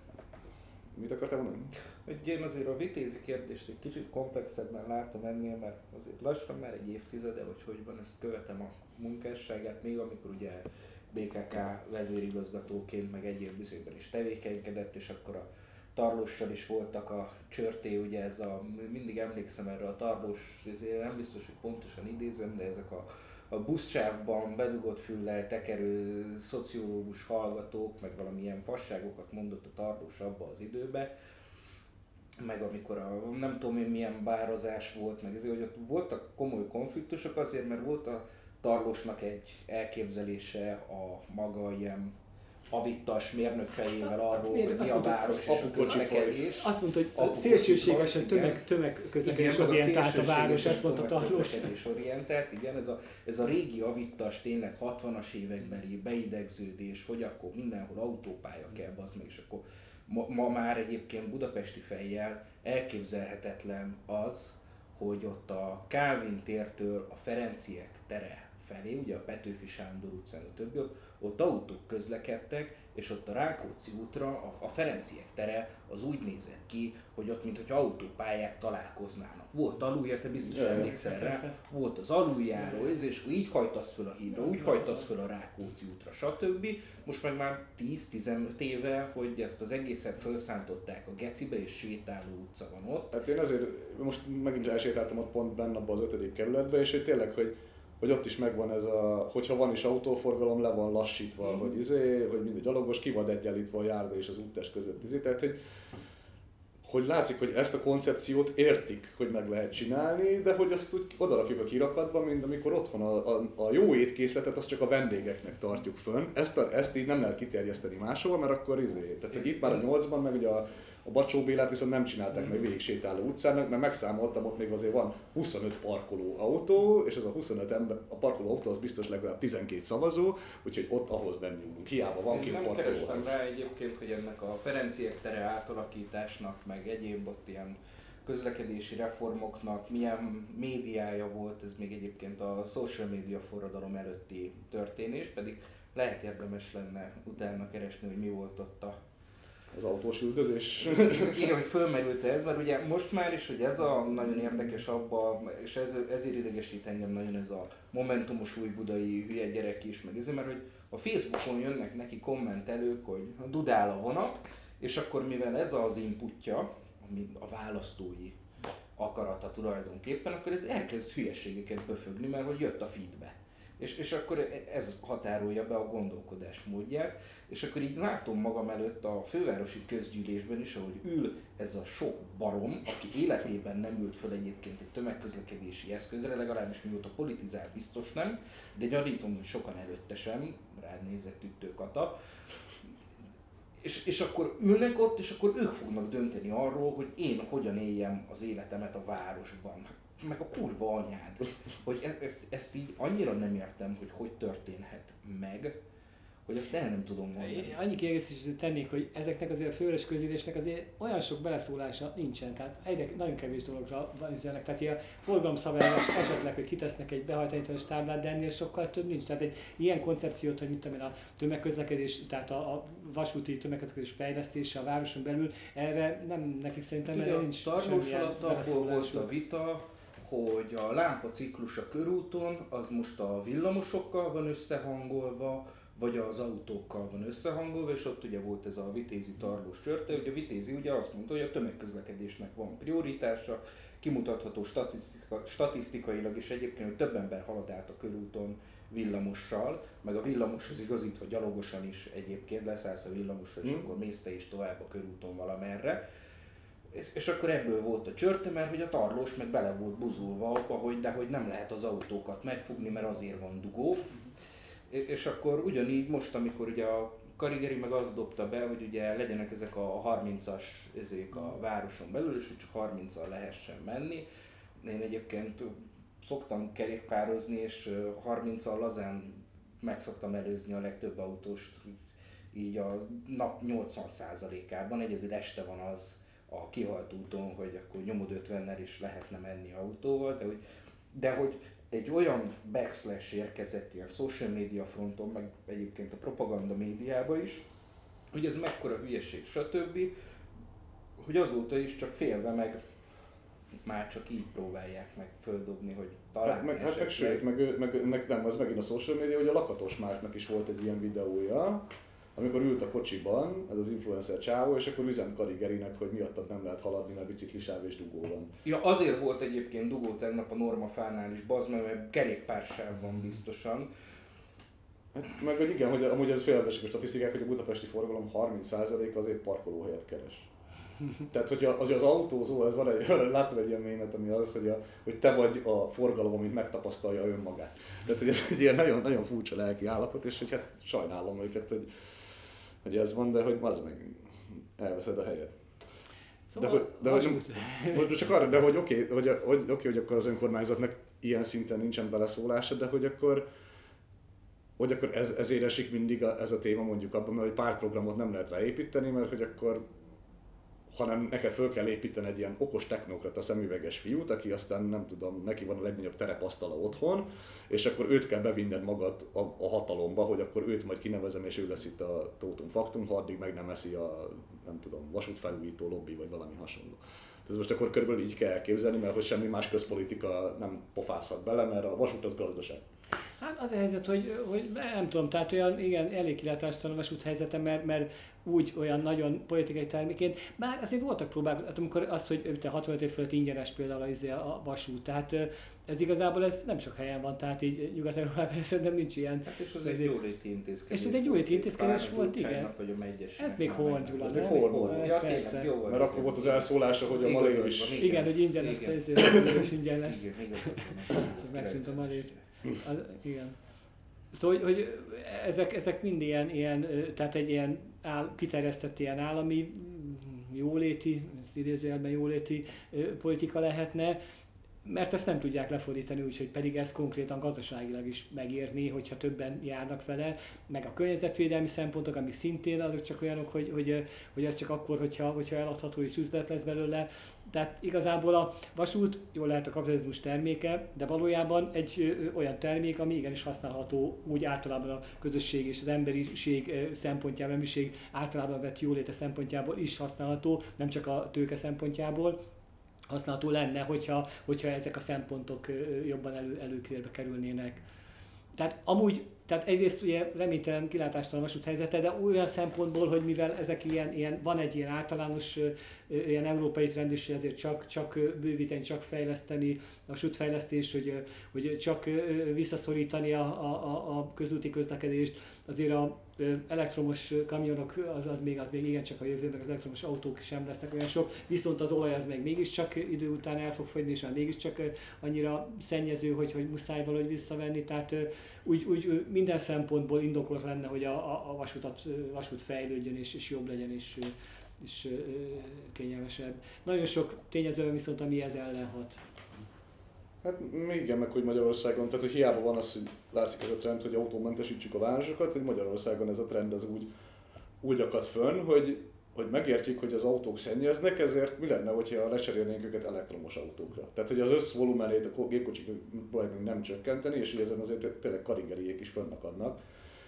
Speaker 3: Mit akartál mondani?
Speaker 1: Hogy én azért a Vitézi kérdést egy kicsit komplexebben látom ennél, mert azért lassan már egy évtizede, vagy hogy van, ezt követem a munkásságát, még amikor ugye bé ká ká vezérigazgatóként, meg egyéb bizonyban is tevékenykedett, és akkor a Tarlóssal is voltak a csörté, ugye ez a, mindig emlékszem erre a Tarlós, ezért nem biztos, hogy pontosan idézem, de ezek a, a buszsávban bedugott füllel tekerő szociológus hallgatók, meg valamilyen fasságokat mondott a Tarlós abba az időbe, meg amikor a nem tudom én milyen bározás volt, meg ezért, hogy ott voltak komoly konfliktusok azért, mert volt a Tarlósnak egy elképzelése a maga ilyen avittas mérnök fejével arról, hogy mi a város és a közlekedés.
Speaker 2: Azt mondta, hogy szélsőségesen tömeg, tömegközlekedés orientált a város, ezt mondta Tarlós.
Speaker 1: Orientált, igen, ez a, ez a régi avittas, tényleg hatvanas évekbeli beidegződés, hogy akkor mindenhol autópálya kell, bazd meg, és akkor ma, ma már egyébként budapesti fejjel elképzelhetetlen az, hogy ott a Kálvin tértől a Ferenciek tere felé, ugye a Petőfi Sándor utcán, a többi, ott, ott autók közlekedtek, és ott a Rákóczi útra, a, a Ferenciek tere az úgy nézett ki, hogy ott mintha autópályák találkoznának. Volt aluljár, te biztos emlékszel rá, volt az aluljáró, és így hajtasz föl a hídra, úgy hajtasz föl a Rákóczi útra, stb. Most meg már tíz-tizenöt éve, hogy ezt az egészet felszántották a gecibe, és sétáló utca van ott.
Speaker 3: Hát én azért most megint elsétáltam ott pont benne abban az ötödik kerületbe, és hogy tényleg, hogy hogy ott is megvan ez a, hogyha van is autóforgalom, le van lassítva, mm. hogy izé, hogy mindegy gyalogos, ki van egyenlítve a járda és az úttest között izé, tehát hogy, hogy látszik, hogy ezt a koncepciót értik, hogy meg lehet csinálni, de hogy azt úgy odarakjuk a kirakatba, mint amikor otthon a, a, a jó étkészletet azt csak a vendégeknek tartjuk fönn, ezt, a, ezt így nem lehet kiterjeszteni máshol, mert akkor izé, tehát hogy itt már a nyolcban, meg ugye a A Bacsó Bélát viszont nem csinálták meg végig sétáló utcának, mert megszámoltam, ott még azért van huszonöt parkoló autó, és az a huszonöt ember, a parkoló autó az biztos legalább tizenkét szavazó, úgyhogy ott ahhoz nem nyúlunk. Hiába van két parkolóház.
Speaker 1: Nem kerestem rá egyébként, hogy ennek a Ferenciek tere átalakításnak, meg egyéb ott ilyen közlekedési reformoknak milyen médiája volt, ez még egyébként a social media forradalom előtti történés, pedig lehet érdemes lenne utána keresni, hogy mi volt ott a...
Speaker 3: Az autós üldözés.
Speaker 1: Igen, hogy fölmerült ez, mert ugye most már is, hogy ez a nagyon érdekes abba, és ez, ezért idegesít engem nagyon ez a momentumos újbudai hülye gyerek is, meg ezért, mert hogy a Facebookon jönnek neki kommentelők, hogy dudál a vonat, és akkor mivel ez az inputja, ami a választói akarata tulajdonképpen, akkor ez elkezd hülyeségeket böfögni, mert hogy jött a feedbe. És, és akkor ez határolja be a gondolkodás módját, és akkor így látom magam előtt a fővárosi közgyűlésben is, ahogy ül ez a sok barom, aki életében nem ült föl egyébként egy tömegközlekedési eszközre, legalábbis mióta politizál, biztos nem, de gyanítom, hogy sokan előtte sem, rád nézett Üttő Kata. És, és akkor ülnek ott, és akkor ők fognak dönteni arról, hogy én hogyan éljem az életemet a városban. Meg a kurva anyád, hogy ezt, ezt így annyira nem értem, hogy hogy történhet meg, hogy azt el nem tudom mondani.
Speaker 2: Annyi kiegészítést tennék, hogy ezeknek azért a főváros közgyűlésnek azért olyan sok beleszólása nincsen, tehát egyre nagyon kevés dologra van izélnek, tehát ilyen forgalomszabályozás esetleg, hogy kitesznek egy behajtanítanos táblát, de ennél sokkal több nincs. Tehát egy ilyen koncepciót, hogy mit tudom én, a tömegközlekedés, tehát a, a vasúti tömegközlekedés fejlesztése a városon belül, erre nem nekik szerintem
Speaker 1: Ugye,
Speaker 2: nincs
Speaker 1: Tarlós alatt abból volt a vita, hogy a lámpaciklus a körúton, az most a villamosokkal van összehangolva, vagy az autókkal van összehangolva, és ott ugye volt ez a Vitézi Tarlós csörte, hogy a Vitézi ugye azt mondta, hogy a tömegközlekedésnek van prioritása, kimutatható statisztika, statisztikailag is egyébként, hogy több ember halad át a körúton villamossal, meg a villamoshoz igazítva gyalogosan is egyébként, leszállsz a villamosra, és hmm. akkor mész te is tovább a körúton valamerre. És akkor ebből volt a csörte, mert hogy a Tarlós meg bele volt buzulva abba, hogy de hogy nem lehet az autókat megfogni, mert azért van dugó. És akkor ugyanígy most, amikor ugye a Karigeri meg azt dobta be, hogy ugye legyenek ezek a harmincas ezek a városon belül, és hogy csak harminccal lehessen menni. Én egyébként szoktam kerékpározni, és harminccal lazán meg szoktam előzni a legtöbb autóst, így a nap nyolcvan százalékában, egyedül este van az a kihalt úton, hogy akkor nyomod ötvennel is lehetne menni autóval, de hogy, de hogy egy olyan backslash érkezett ilyen social media fronton, meg egyébként a propaganda médiában is, hogy ez mekkora hülyeség, stb., hogy azóta is csak félve meg már csak így próbálják meg földobni, hogy talán
Speaker 3: meg, meg, meg, sőt, meg, meg, meg nem, az megint a social media, hogy a Lakatos Márknak is volt egy ilyen videója, amikor ült a kocsiban, ez az influencer csávó, és akkor üzent Karigerinek, hogy miattad nem lehet haladni, mert biciklisáv és dugó van.
Speaker 1: Ja, azért volt egyébként dugó tegnap a Normafánál is, bazd meg, mert kerékpársáv van biztosan.
Speaker 3: Hát, meg hogy igen, hogy amúgy az félelmesek a statisztikák, hogy a budapesti forgalom harminc százaléka azért parkolóhelyet keres. Tehát, hogyha az, az autózó, ez van egy, láttam egy ilyen mémet, ami az, hogy, a, hogy te vagy a forgalom, amit megtapasztalja önmagát. Tehát, hogy ez egy ilyen nagyon, nagyon furcsa lelki állapot, és hogy hát sajnálom őket, hogy, hogy ez van, de hogy az meg elveszed a helyet. Szóval de, hogy, de, hogy, most csak arra, de hogy oké, okay, hogy, hogy, okay, hogy akkor az önkormányzatnak ilyen szinten nincsen beleszólása, de hogy akkor hogy akkor ez, ezért esik mindig a, ez a téma mondjuk abban, mert hogy pártprogramot nem lehet ráépíteni, mert hogy akkor hanem neked föl kell építeni egy ilyen okos technokrata szemüveges fiút, aki aztán nem tudom, neki van a legnagyobb terepasztala otthon, és akkor őt kell bevinned magad a, a hatalomba, hogy akkor őt majd kinevezem, és ő lesz itt a tótum faktum, ha addig meg nem eszi a, nem tudom, vasútfelújító lobby, vagy valami hasonló. Ez most akkor körülbelül így kell elképzelni, mert hogy semmi más közpolitika nem pofázhat bele, mert a vasút az gazdaság.
Speaker 2: Hát az a helyzet, hogy, hogy nem tudom, tehát olyan igen, elég kilátástalan a vasút helyzete, mert, mert úgy olyan nagyon politikai terméként, bár azért voltak próbák, hát amikor az, hogy hatvanöt év fölött ingyenes például a vasút, tehát ez igazából ez nem sok helyen van, tehát így Nyugat-Európában szerintem nincs ilyen.
Speaker 1: Hát és az egy jóléti intézkedés.
Speaker 2: És ez egy jóléti intézkedés volt, igen.
Speaker 1: Vagy a
Speaker 2: ez még Horn Gyula,
Speaker 3: ez még Horn volt.
Speaker 1: Ja, tényleg, jó volt.
Speaker 3: Mert akkor volt az elszólása, hogy a Malév is.
Speaker 2: Igen, igen, hogy ingyen lesz, ezért is ingyen lesz. Igen, megszűnt a Malév. Igen. Szóval, hogy, hogy ezek, ezek mind ilyen, ilyen, tehát egy ilyen áll, kiterjesztett ilyen állami jóléti, idézőjelben jóléti politika lehetne, mert ezt nem tudják lefordítani úgy, hogy pedig ez konkrétan gazdaságilag is megérni, hogyha többen járnak vele, meg a környezetvédelmi szempontok, ami szintén azok csak olyanok, hogy, hogy, hogy ez csak akkor, hogyha, hogyha eladható és üzlet lesz belőle. Tehát igazából a vasút jól lehet a kapitalizmus terméke, de valójában egy ö, olyan termék, ami igenis használható úgy általában a közösség és az emberiség szempontjából, emberiség általában vett jóléte szempontjából is használható, nem csak a tőke szempontjából használható lenne, hogyha, hogyha ezek a szempontok jobban elő, előkérbe kerülnének. Tehát amúgy, tehát egyrészt ugye reménytelen kilátástalan vasút helyzete, de olyan szempontból, hogy mivel ezek ilyen, ilyen van egy ilyen általános ilyen európai trend is, hogy ezért csak, csak bővíteni, csak fejleszteni a vasútfejlesztés, hogy, hogy csak visszaszorítani a, a, a közúti közlekedést, azért a elektromos kamionok az, az még, az még igencsak a jövő, meg az elektromos autók sem lesznek olyan sok, viszont az olaj az meg mégiscsak idő után el fog fogyni, és már mégiscsak annyira szennyező, hogy, hogy muszáj valahogy visszavenni, tehát úgy, úgy minden szempontból indokolt lenne, hogy a, a, a vasútat, vasút fejlődjön és, és jobb legyen és, és kényelmesebb. Nagyon sok tényező viszont, ami ez ellen hat.
Speaker 3: Hát igen, meg hogy Magyarországon, tehát hogy hiába van az, hogy látszik ez a trend, hogy autómentesítsük a városokat, hogy Magyarországon ez a trend az úgy, úgy akad fönn, hogy, hogy megértjük, hogy az autók szennyeznek, ezért mi lenne, hogyha lecserélnénk őket elektromos autókra. Tehát hogy az összvolumenét a gépkocsik nem csökkenteni, és hogy ezen azért tényleg karigeriék is fönnakadnak.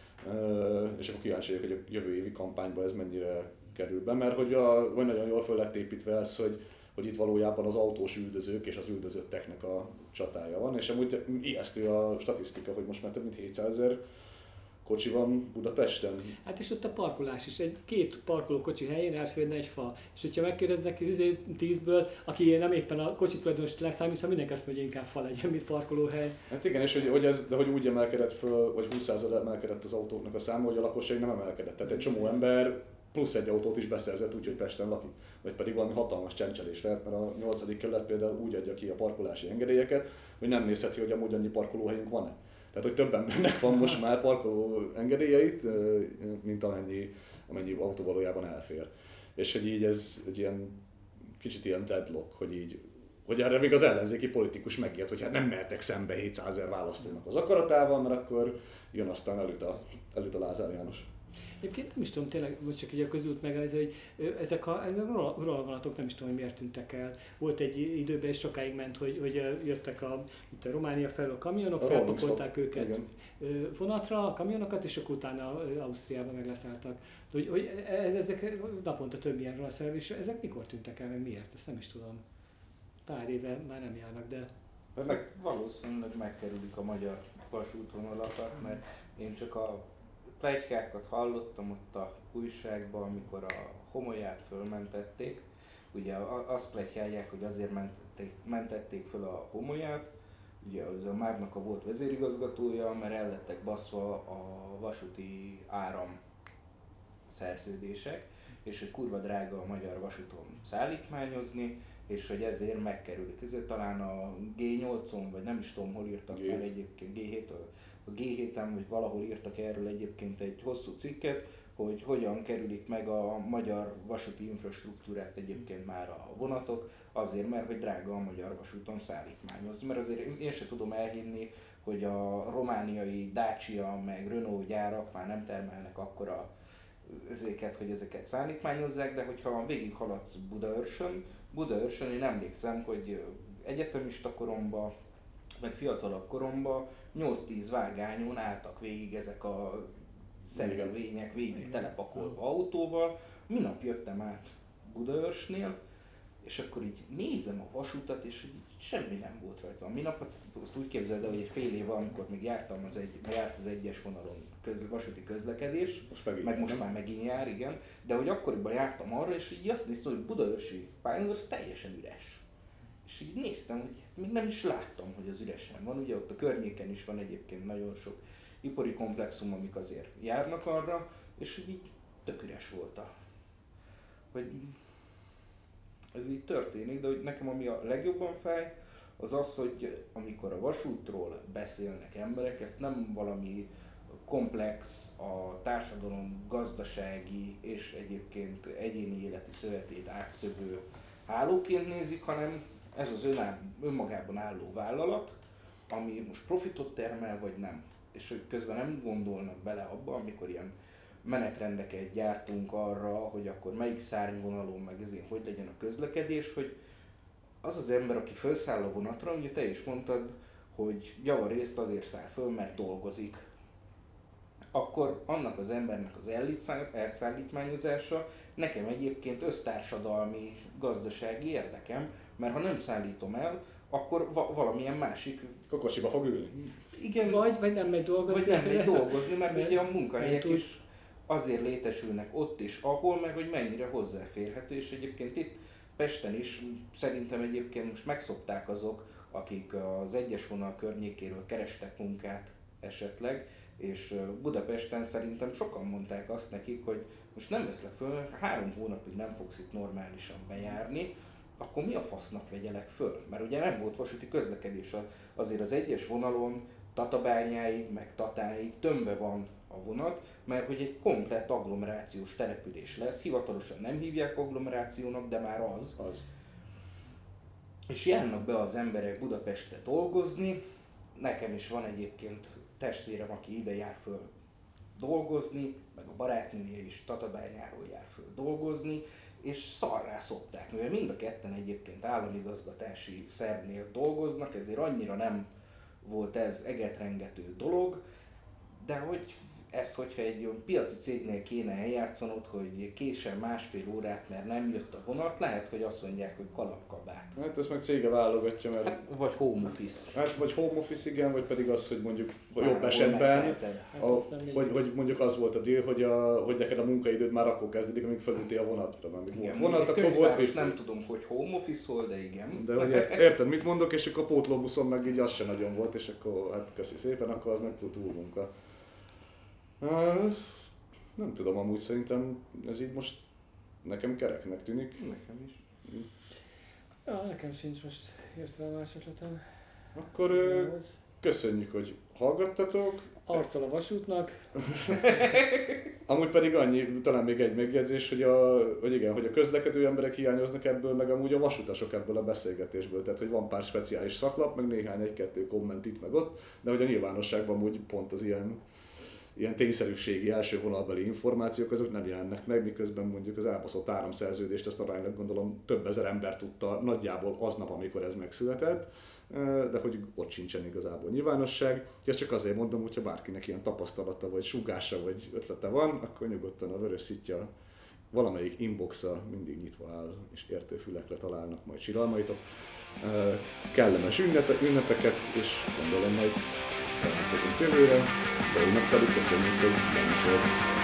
Speaker 3: És akkor kíváncsi vagyok, hogy a jövő évi kampányban ez mennyire kerül be, mert hogy, a, vagy nagyon jól föl lett építve ez, hogy hogy itt valójában az autós üldözők és az üldözötteknek a csatája van, és amúgy ijesztő a statisztika, hogy most már több mint hétszázezer kocsi van Budapesten.
Speaker 2: Hát és ott a parkolás is, egy két parkoló kocsi helyén elférne egy fa, és hogyha megkérdeznek tízből, aki nem éppen a kocsi tulajdonost leszámítva, mindenki azt mondja, hogy inkább fa legyen, mint parkolóhely.
Speaker 3: Hát igen, és hogy, hogy ez, de hogy úgy emelkedett föl, vagy húsz százalékra emelkedett az autóknak a száma, hogy a lakosság nem emelkedett. Tehát egy csomó ember plusz egy autót is beszerzett, úgyhogy Pesten lakik. Vagy pedig valami hatalmas csencselés lehet, mert a nyolcadik kerület például úgy adja ki a parkolási engedélyeket, hogy nem nézheti, hogy amúgy annyi parkolóhelyünk van-e. Tehát, hogy több embernek van most már parkoló engedélyeit, mint amennyi, amennyi autó valójában elfér. És hogy így ez egy ilyen kicsit ilyen deadlock, hogy így, hogy erre még az ellenzéki politikus megijed, hogy hát nem mehetek szembe hétszázezer választónak az akaratával, mert akkor jön aztán előtt a, előtt a Lázár János.
Speaker 2: Egyébként nem is tudom, tényleg, most csak így a közút meg ez, hogy ezek a, ezek a rollavanatok nem is tudom, hogy miért tűntek el. Volt egy időben, és sokáig ment, hogy, hogy jöttek a, itt a Románia felől a kamionok, a felpakolták őket igen. vonatra, a kamionokat, és akkor utána Ausztriában meg leszálltak. Hogy, hogy ezek naponta több ilyen rollaszerelés, ezek mikor tűntek el, meg miért? Ezt nem is tudom. Pár éve már nem járnak, de...
Speaker 1: Meg valószínűleg megkerülik a magyar vasútvonalakat, mert én csak a pletykákat hallottam ott a újságban, amikor a Homolyát fölmentették. Ugye azt pletykálják, hogy azért mentették, mentették föl a Homolyát, ugye az a MÁV-nak a volt vezérigazgatója, mert el lettek baszva a vasúti áram szerződések, és hogy kurva drága a magyar vasúton szállítmányozni, és hogy ezért megkerülik. Ezért talán a gé nyolcon, vagy nem is tudom, hol írtak már egyébként, gé hét, a gé héten, vagy valahol írtak erről egyébként egy hosszú cikket, hogy hogyan kerülik meg a magyar vasúti infrastruktúrát egyébként már a vonatok, azért, mert hogy drága a magyar vasúton szállítmányozni. Mert azért én sem tudom elhinni, hogy a romániai Dacia meg Renault gyárak már nem termelnek akkora ezeket, hogy ezeket szállítmányozzák, de hogyha végighaladsz Budaörsön, Budaörsön én emlékszem, hogy egyetemista koromban, meg fiatalabb koromban nyolc-tíz vágányon álltak végig ezek a szerelvények végig telepakolva autóval. Minap jöttem át Budaörsnél, és akkor így nézem a vasutat, és így semmi nem volt rajta. Minap azt úgy képzeld el, hogy egy fél éve, amikor még jártam az egy, járt az egyes vonalon köz, vasúti közlekedés, most megint meg most nem? Már megint jár, igen, de hogy akkoriban jártam arra, és így azt néztem, hogy Budaörsi pályaudvar az teljesen üres. És így néztem, hogy még nem is láttam, hogy az üresen van. Ugye ott a környéken is van egyébként nagyon sok ipari komplexum, amik azért járnak arra, és így tök üres volt a... Hogy ez így történik, de hogy nekem ami a legjobban fáj, az az, hogy amikor a vasútról beszélnek emberek, ezt nem valami komplex, a társadalom gazdasági és egyébként egyéni életi szövetét átszövő hálóként nézik, hanem ez az önáll, önmagában álló vállalat, ami most profitot termel, vagy nem. És hogy közben nem gondolnak bele abba, amikor ilyen menetrendeket gyártunk arra, hogy akkor melyik szárnyvonalon, meg ezért hogy legyen a közlekedés, hogy az az ember, aki felszáll a vonatra, ugye te is mondtad, hogy javarészt azért száll föl, mert dolgozik. Akkor annak az embernek az elszállítmányozása nekem egyébként össztársadalmi, gazdasági érdekem, mert ha nem szállítom el, akkor va- valamilyen másik...
Speaker 3: Kokosiba fog ülni.
Speaker 1: Igen,
Speaker 2: Vagy, vagy nem megy dolgozni.
Speaker 1: Vagy nem megy dolgozni, mert
Speaker 2: mert
Speaker 1: ugye a munkahelyek
Speaker 2: tud.
Speaker 1: is azért létesülnek ott is, ahol, meg hogy mennyire hozzáférhető, és egyébként itt Pesten is szerintem egyébként most megszokták azok, akik az egyes vonal környékéről kerestek munkát esetleg, és Budapesten szerintem sokan mondták azt nekik, hogy most nem veszlek föl, három hónapig nem fogsz itt normálisan bejárni, akkor mi a fasznak vegyelek föl? Mert ugye nem volt vasúti közlekedés, azért az egyes vonalon Tatabányáig, meg Tatáig tömve van a vonat, mert hogy egy komplett agglomerációs település lesz, hivatalosan nem hívják agglomerációnak, de már az.
Speaker 3: Az.
Speaker 1: És járnak be az emberek Budapestre dolgozni, nekem is van egyébként testvérem, aki ide jár föl dolgozni, meg a barátnője is Tatabányáról jár föl dolgozni, és szarrá szopták, mivel mind a ketten egyébként államigazgatási szervnél dolgoznak, ezért annyira nem volt ez egetrengető dolog, de hogy ezt, hogyha egy olyan piaci cégnél kéne eljátszanod, hogy késel másfél órát, mert nem jött a vonat, lehet, hogy azt mondják, hogy kalapkabát.
Speaker 3: Hát ezt meg cége válogatja, mert...
Speaker 1: Hát, vagy home office.
Speaker 3: Hát vagy home office, igen, vagy pedig az, hogy mondjuk vagy
Speaker 1: Már
Speaker 3: jobb
Speaker 1: ahol
Speaker 3: esetben,
Speaker 1: megteheted.
Speaker 2: Hát
Speaker 3: a,
Speaker 2: azt nem
Speaker 3: hogy, hogy mondjuk az volt a deal, hogy, a, hogy neked a munkaidőd már akkor kezdődik, amíg felültél a vonatra. Mert volt
Speaker 1: Igen,
Speaker 3: vonat,
Speaker 1: egy
Speaker 3: akkor volt
Speaker 1: könyvtáros
Speaker 3: wifi.
Speaker 1: nem tudom, hogy home office-ol, de igen.
Speaker 3: De hogy ért- érted, mit mondok, és akkor a pótlóbuszon meg így az se nagyon volt, és akkor hát köszi szépen, akkor az meg túlmunka. Uh, nem tudom, amúgy szerintem ez így most nekem kereknek tűnik.
Speaker 1: Nekem is.
Speaker 2: Ja, nekem sincs most hirtelen más ötletem.
Speaker 3: Akkor uh, köszönjük, hogy hallgattatok.
Speaker 2: Arccal a vasútnak.
Speaker 3: Amúgy pedig annyi, talán még egy megjegyzés, hogy, a, hogy igen, hogy a közlekedő emberek hiányoznak ebből, meg amúgy a vasutasok ebből a beszélgetésből. Tehát, hogy van pár speciális szaklap, meg néhány egy-kettő komment itt meg ott, de hogy a nyilvánosságban amúgy pont az ilyen, ilyen tényszerűségi első vonalbeli információk azok nem jelennek meg, miközben mondjuk az elbaszott áramszerződést, ezt aránylag gondolom több ezer ember tudta nagyjából aznap, amikor ez megszületett, de hogy ott sincsen igazából nyilvánosság. Ezt csak azért mondom, hogyha bárkinek ilyen tapasztalata, vagy sugása, vagy ötlete van, akkor nyugodtan a Vörös Szitja valamelyik inboxa mindig nyitva áll, és értő fülekre találnak majd siralmaitok. Kellemes ünnepe, ünnepeket, és gondolom majd találkozunk jövőre, de én pedig köszönjük, hogy nem is volt.